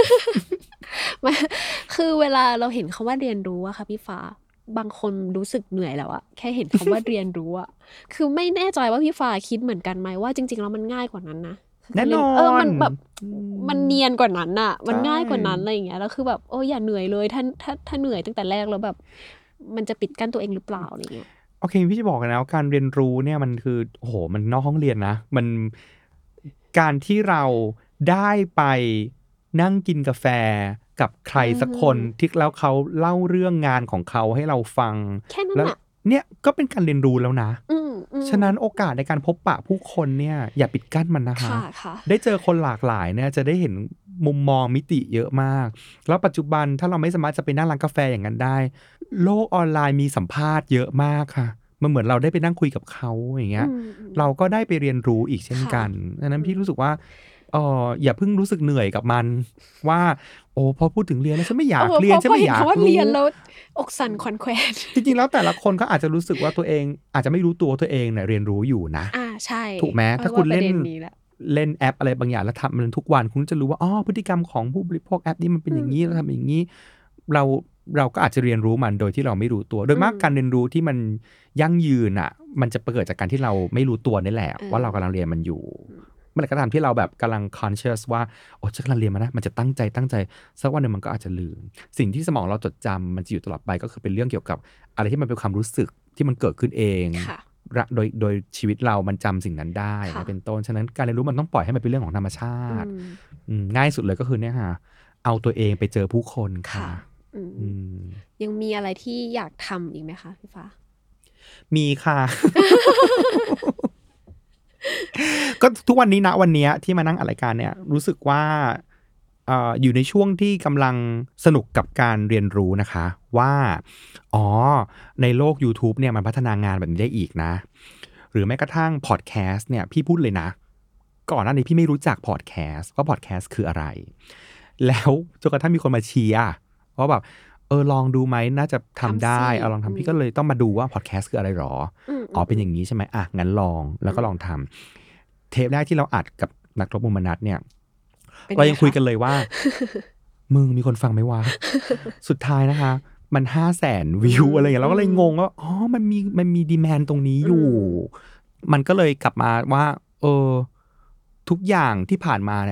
คือเวลาเราเห็นคำว่าเรียนรู้อะค่ะพี่ฟ้าบางคนรู้สึกเหนื่อยแล้วอะแค่เห็นคำว่าเรียนรู้อะคือไม่แน่ใจว่าพี่ฟ้าคิดเหมือนกันไหมว่าจริงๆแล้วมันง่ายกว่านั้นนะแน่นอนเออมันแบบมันเนียนกว่านั้นอะมันง่ายกว่านั้นอะไรอย่างเงี้ยแล้วคือแบบโอ้อย่าเหนื่อยเลยถ้าถ้าถ้าเหนื่อยตั้งแต่แรกแล้วแบบมันจะปิดกั้นตัวเองหรือเปล่าอะไรเงี้ยโอเคพี่จะบอกกันนะการเรียนรู้เนี่ยมันคือโอ้โหมันนอกห้องเรียนนะมันการที่เราได้ไปนั่งกินกาแฟกับใครสักคนที่แล้วเขาเล่าเรื่องงานของเขาให้เราฟังแล้วเนี่ยก็เป็นการเรียนรู้แล้วนะฉะนั้นโอกาสในการพบปะผู้คนเนี่ยอย่าปิดกั้นมันนะคะได้เจอคนหลากหลายเนี่ยจะได้เห็นมุมมองมิติเยอะมากแล้วปัจจุบันถ้าเราไม่สามารถจะไปนั่งร้านกาแฟอย่างนั้นได้โลกออนไลน์มีสัมภาษณ์เยอะมากค่ะมันเหมือนเราได้ไปนั่งคุยกับเขาอย่างเงี้ยเราก็ได้ไปเรียนรู้อีกเช่นกันดังนั้นพี่รู้สึกว่าเอออย่าเพิ่งรู้สึกเหนื่อยกับมันว่าโอ้พอพูดถึงเรียนแล้วฉันไม่อยากเรียนฉันไม่อยากรู้เรียนแล้วอกสั่นขวัญแขวนจริงๆแล้วแต่ละคนก็อาจจะรู้สึกว่าตัวเองอาจจะไม่รู้ตัวตัวเองเนี่ยเรียนรู้อยู่นะอ่าใช่ถูกไหมถ้าคุณเล่นเล่นแอปอะไรบางอย่างแล้วทำมันทุกวันคุณจะรู้ว่าอ๋อพฤติกรรมของผู้บริโภคแอปนี้มันเป็นอย่างนี้เราทำอย่างนี้เราเราก็อาจจะเรียนรู้มันโดยที่เราไม่รู้ตัวโดยมากการเรียนรู้ที่มันยั่งยืนอ่ะมันจะเกิดจากการที่เราไม่รู้ตัวนี่แหละว่าเรากำลังเรียนมันอยู่เมื่อไหร่ก็ตามที่เราแบบกำลัง conscious ว่าโอ้ฉันกำลังเรียนมานะมันจะตั้งใจตั้งใจสักวันหนึ่งมันก็อาจจะลืมสิ่งที่สมองเราจดจำมันจะอยู่ตลอดไปก็คือเป็นเรื่องเกี่ยวกับอะไรที่มันเป็นความรู้สึกที่มันเกิดขึ้นเองโดยโดยชีวิตเรามันจำสิ่งนั้นได้นะเป็นต้นฉะนั้นการเรียนรู้มันต้องปล่อยให้มันเป็นเรื่องของธรรมชาติง่ายสุดเลยก็คือเนี่ยค่ะเอาตัวเองไปเจอผู้คนค่ะยังมีอะไรที่อยากทำอีกไหมคะพี่ฟ้ามีค่ะ ก็ทุกวันนี้นะวันนี้ที่มานั่งอัดรายการเนี่ยรู้สึกว่า อ, อยู่ในช่วงที่กำลังสนุกกับการเรียนรู้นะคะว่าอ๋อในโลก YouTube เนี่ยมันพัฒนางานแบบนี้ได้อีกนะหรือแม้กระทั่งพอดแคสต์เนี่ยพี่พูดเลยนะก่อนหน้านี้พี่ไม่รู้จักพอดแคสต์ว่าพอดแคสต์คืออะไรแล้วจนกระทั่งมีคนมาเชียร์ว่าแบบเออลองดูไหมน่าจะทำได้เอาลองทำพี่ก็เลยต้องมาดูว่าพอดแคสต์คืออะไรหรออ๋อเป็นอย่างนี้ใช่ไหมอ่ะงั้นลองแล้วก็ลองทำเทปแรกที่เราอัดกับนักรบมุมมนัสเนี่ยเรายังคุยกันเลยว่ามึงมีคนฟังไหมวะสุดท้ายนะคะมันห้าแสนวิวอะไรอย่างเงี้ยเราก็เลยงงว่าอ๋อมันมีมันมีดีแมนตรงนี้อยู่มันก็เลยกลับมาว่าเออทุกอย่างที่ผ่านมาเนี่ย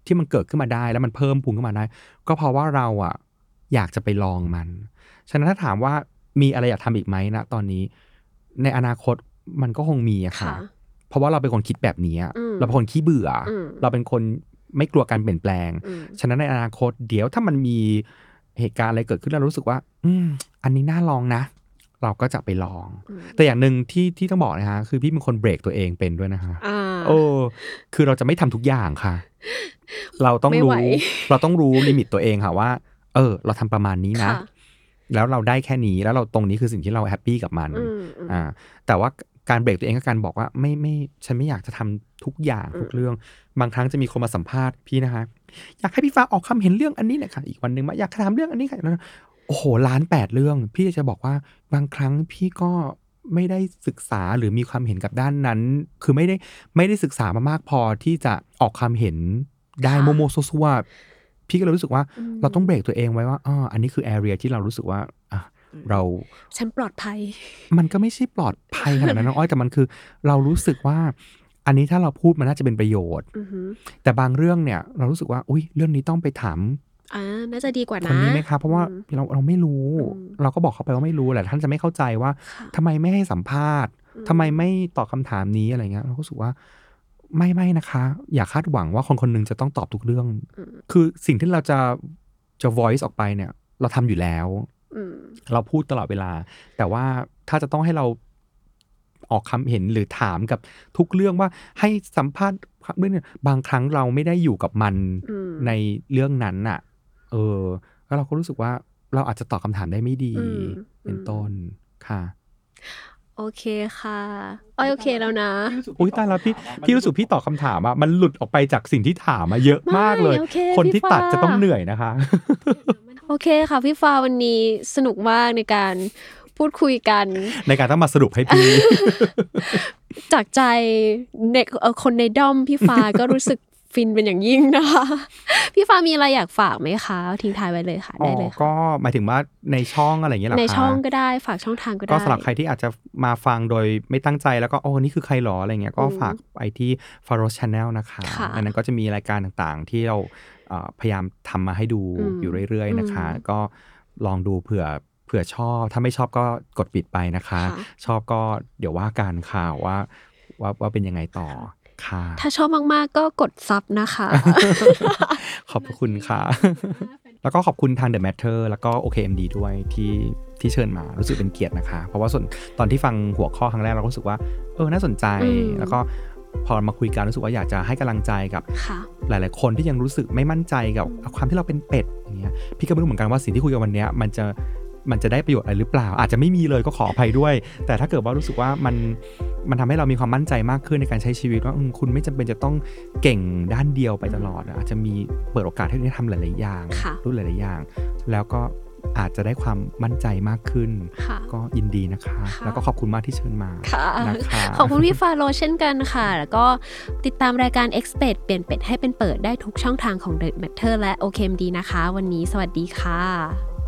ที่มันเกิดขึ้นมาได้แล้วมันเพิ่มพูนขึ้นมาได้ก็เพราะว่าเราอ่ะอยากจะไปลองมันฉะนั้นถ้าถามว่ามีอะไรอยากทำอีกไหมนะตอนนี้ในอนาคตมันก็คงมีอะค่ะเพราะว่าเราเป็นคนคิดแบบนี้เราเป็นคนขี้เบื่อเราเป็นคนไม่กลัวการเปลี่ยนแปลงฉะนั้นในอนาคตเดี๋ยวถ้ามันมีเหตุการณ์อะไรเกิดขึ้นแล้วรู้สึกว่าอืมอันนี้น่าลองนะเราก็จะไปลองแต่อย่างหนึ่งที่ที่ต้องบอกนะฮะคือพี่เป็นคนเบรกตัวเองเป็นด้วยนะคะโอ้คือเราจะไม่ทำทุกอย่างค่ะเราต้องรู้เราต้องรู้ลิมิตตัวเองค่ะว่าเออเราทำประมาณนี้นะแล้วเราได้แค่นี้แล้วเราตรงนี้คือสิ่งที่เราแฮปปี้กับมันอ่าแต่ว่าการเบรกตัวเองก็การบอกว่าไม่ไม่ฉันไม่อยากจะทำทุกอย่างทุกเรื่องบางครั้งจะมีคนมาสัมภาษณ์พี่นะคะอยากให้พี่ฟ้าออกความเห็นเรื่องอันนี้เนี่ยค่ะอีกวันนึงมาอยากทำเรื่องอันนี้ค่ะโอ้โหล้านแปดเรื่องพี่จะบอกว่าบางครั้งพี่ก็ไม่ได้ศึกษาหรือมีความเห็นกับด้านนั้นคือไม่ได้ไม่ได้ศึกษามามากพอที่จะออกความเห็นได้โมโมซัวๆพี่ก็เลยรู้สึกว่าเราต้องเบรกตัวเองไว้ว่าอ๋ออันนี้คือแอเรียที่เรารู้สึกว่าอ่ะเราฉันปลอดภัยมันก็ไม่ใช่ปลอดภัยขนาดนั้นน้องอ้อยแต่มันคือเรารู้สึกว่าอันนี้ถ้าเราพูดมันน่าจะเป็นประโยชน์แต่บางเรื่องเนี่ยเรารู้สึกว่าอุ้ยเรื่องนี้ต้องไปถามอ่าน่าจะดีกว่านะคนนี้ไหมครับเพราะว่าเราเราไม่รู้เราก็บอกเขาไปว่าไม่รู้แหละท่านจะไม่เข้าใจว่าทำไมไม่ให้สัมภาษณ์ทำไมไม่ตอบคำถามนี้อะไรเงี้ยเราก็รู้สึกว่าไม่ไม่นะคะอย่าคาดหวังว่าคนคนนึงจะต้องตอบทุกเรื่องคือสิ่งที่เราจะจะ voice ออกไปเนี่ยเราทำอยู่แล้วเราพูดตลอดเวลาแต่ว่าถ้าจะต้องให้เราออกคำเห็นหรือถามกับทุกเรื่องว่าให้สัมภาษณ์เรื่องนี้บางครั้งเราไม่ได้อยู่กับมันในเรื่องนั้นน่ะเออแล้วเราก็รู้สึกว่าเราอาจจะตอบคำถามได้ไม่ดีเป็นต้นค่ะโอเคค่ะอ้อยโอเคแล้วนะอุ้ยตายแล้วพี่พี่รู้สึกพี่ตอบคำถามอะมันหลุดออกไปจากสิ่งที่ถามมาเยอะมากเลยคนที่ตัดจะต้องเหนื่อยนะคะโอเคค่ะพี่ฟ้าวันนี้สนุกมากในการพูดคุยกันในการต้องมาสรุปให้พี่จากใจเด็กคนในด้อมพี่ฟ้าก็รู้สึกฟินเป็นอย่างยิ่งนะคะพี่ฟ้ามีอะไรอยากฝากไหมคะทิ้งท้ายไว้เลยค่ะได้เลยค่ะก็หมายถึงว่าในช่องอะไรอย่างเงี้ยหรอคะในช่องก็ได้ฝากช่องทางก็ได้ก็สำหรับใครที่อาจจะมาฟังโดยไม่ตั้งใจแล้วก็โอ้นี่คือใครหรออะไรเงี้ยก็ฝากไปที่ Faros Channel นะคะอันนั้นก็จะมีรายการต่างๆที่เราพยายามทำมาให้ดูอยู่เรื่อยๆนะคะก็ลองดูเผื่อเผื่อชอบถ้าไม่ชอบก็กดปิดไปนะคะชอบก็เดี๋ยวว่ากันค่ะว่าว่าว่าเป็นยังไงต่อค่ะถ้าชอบมากๆก็กดซับนะคะขอบคุณค่ะแล้วก็ขอบคุณทาง The Matter แล้วก็ โอ เค เอ็ม ดี ด้วยที่ที่เชิญมารู้สึกเป็นเกียรตินะคะเพราะว่าส่วนตอนที่ฟังหัวข้อครั้งแรกเราก็รู้สึกว่าเออน่าสนใจแล้วก็พอมาคุยกันรู้สึกว่าอยากจะให้กำลังใจกับหลายๆคนที่ยังรู้สึกไม่มั่นใจกับความที่เราเป็นเป็ดอย่างเงี้ยพี่ก็ไม่รู้เหมือนกันว่าสิ่งที่คุยกันวันนี้มันจะมันจะได้ประโยชน์อะไรหรือเปล่าอาจจะไม่มีเลยก็ขออภัยด้วยแต่ถ้าเกิดว่ารู้สึกว่ามันมันทำให้เรามีความมั่นใจมากขึ้นในการใช้ชีวิตว่าคุณไม่จำเป็นจะต้องเก่งด้านเดียวไปตลอดอาจจะมีเปิดโอกาสให้ได้ทำหลายๆอย่างรู้หลายๆอย่างแล้วก็อาจจะได้ความมั่นใจมากขึ้นก็ยินดีนะคะแล้วก็ขอบคุณมากที่เชิญมานะคะขอบคุณพี่ฟาโรเช่นกันค่ะแล้วก็ติดตามรายการ Expert เปลี่ยนเป็ดให้เป็นเปิดได้ทุกช่องทางของ The Matter และ โอ เค เอ็ม ดี นะคะวันนี้สวัสดีค่ะ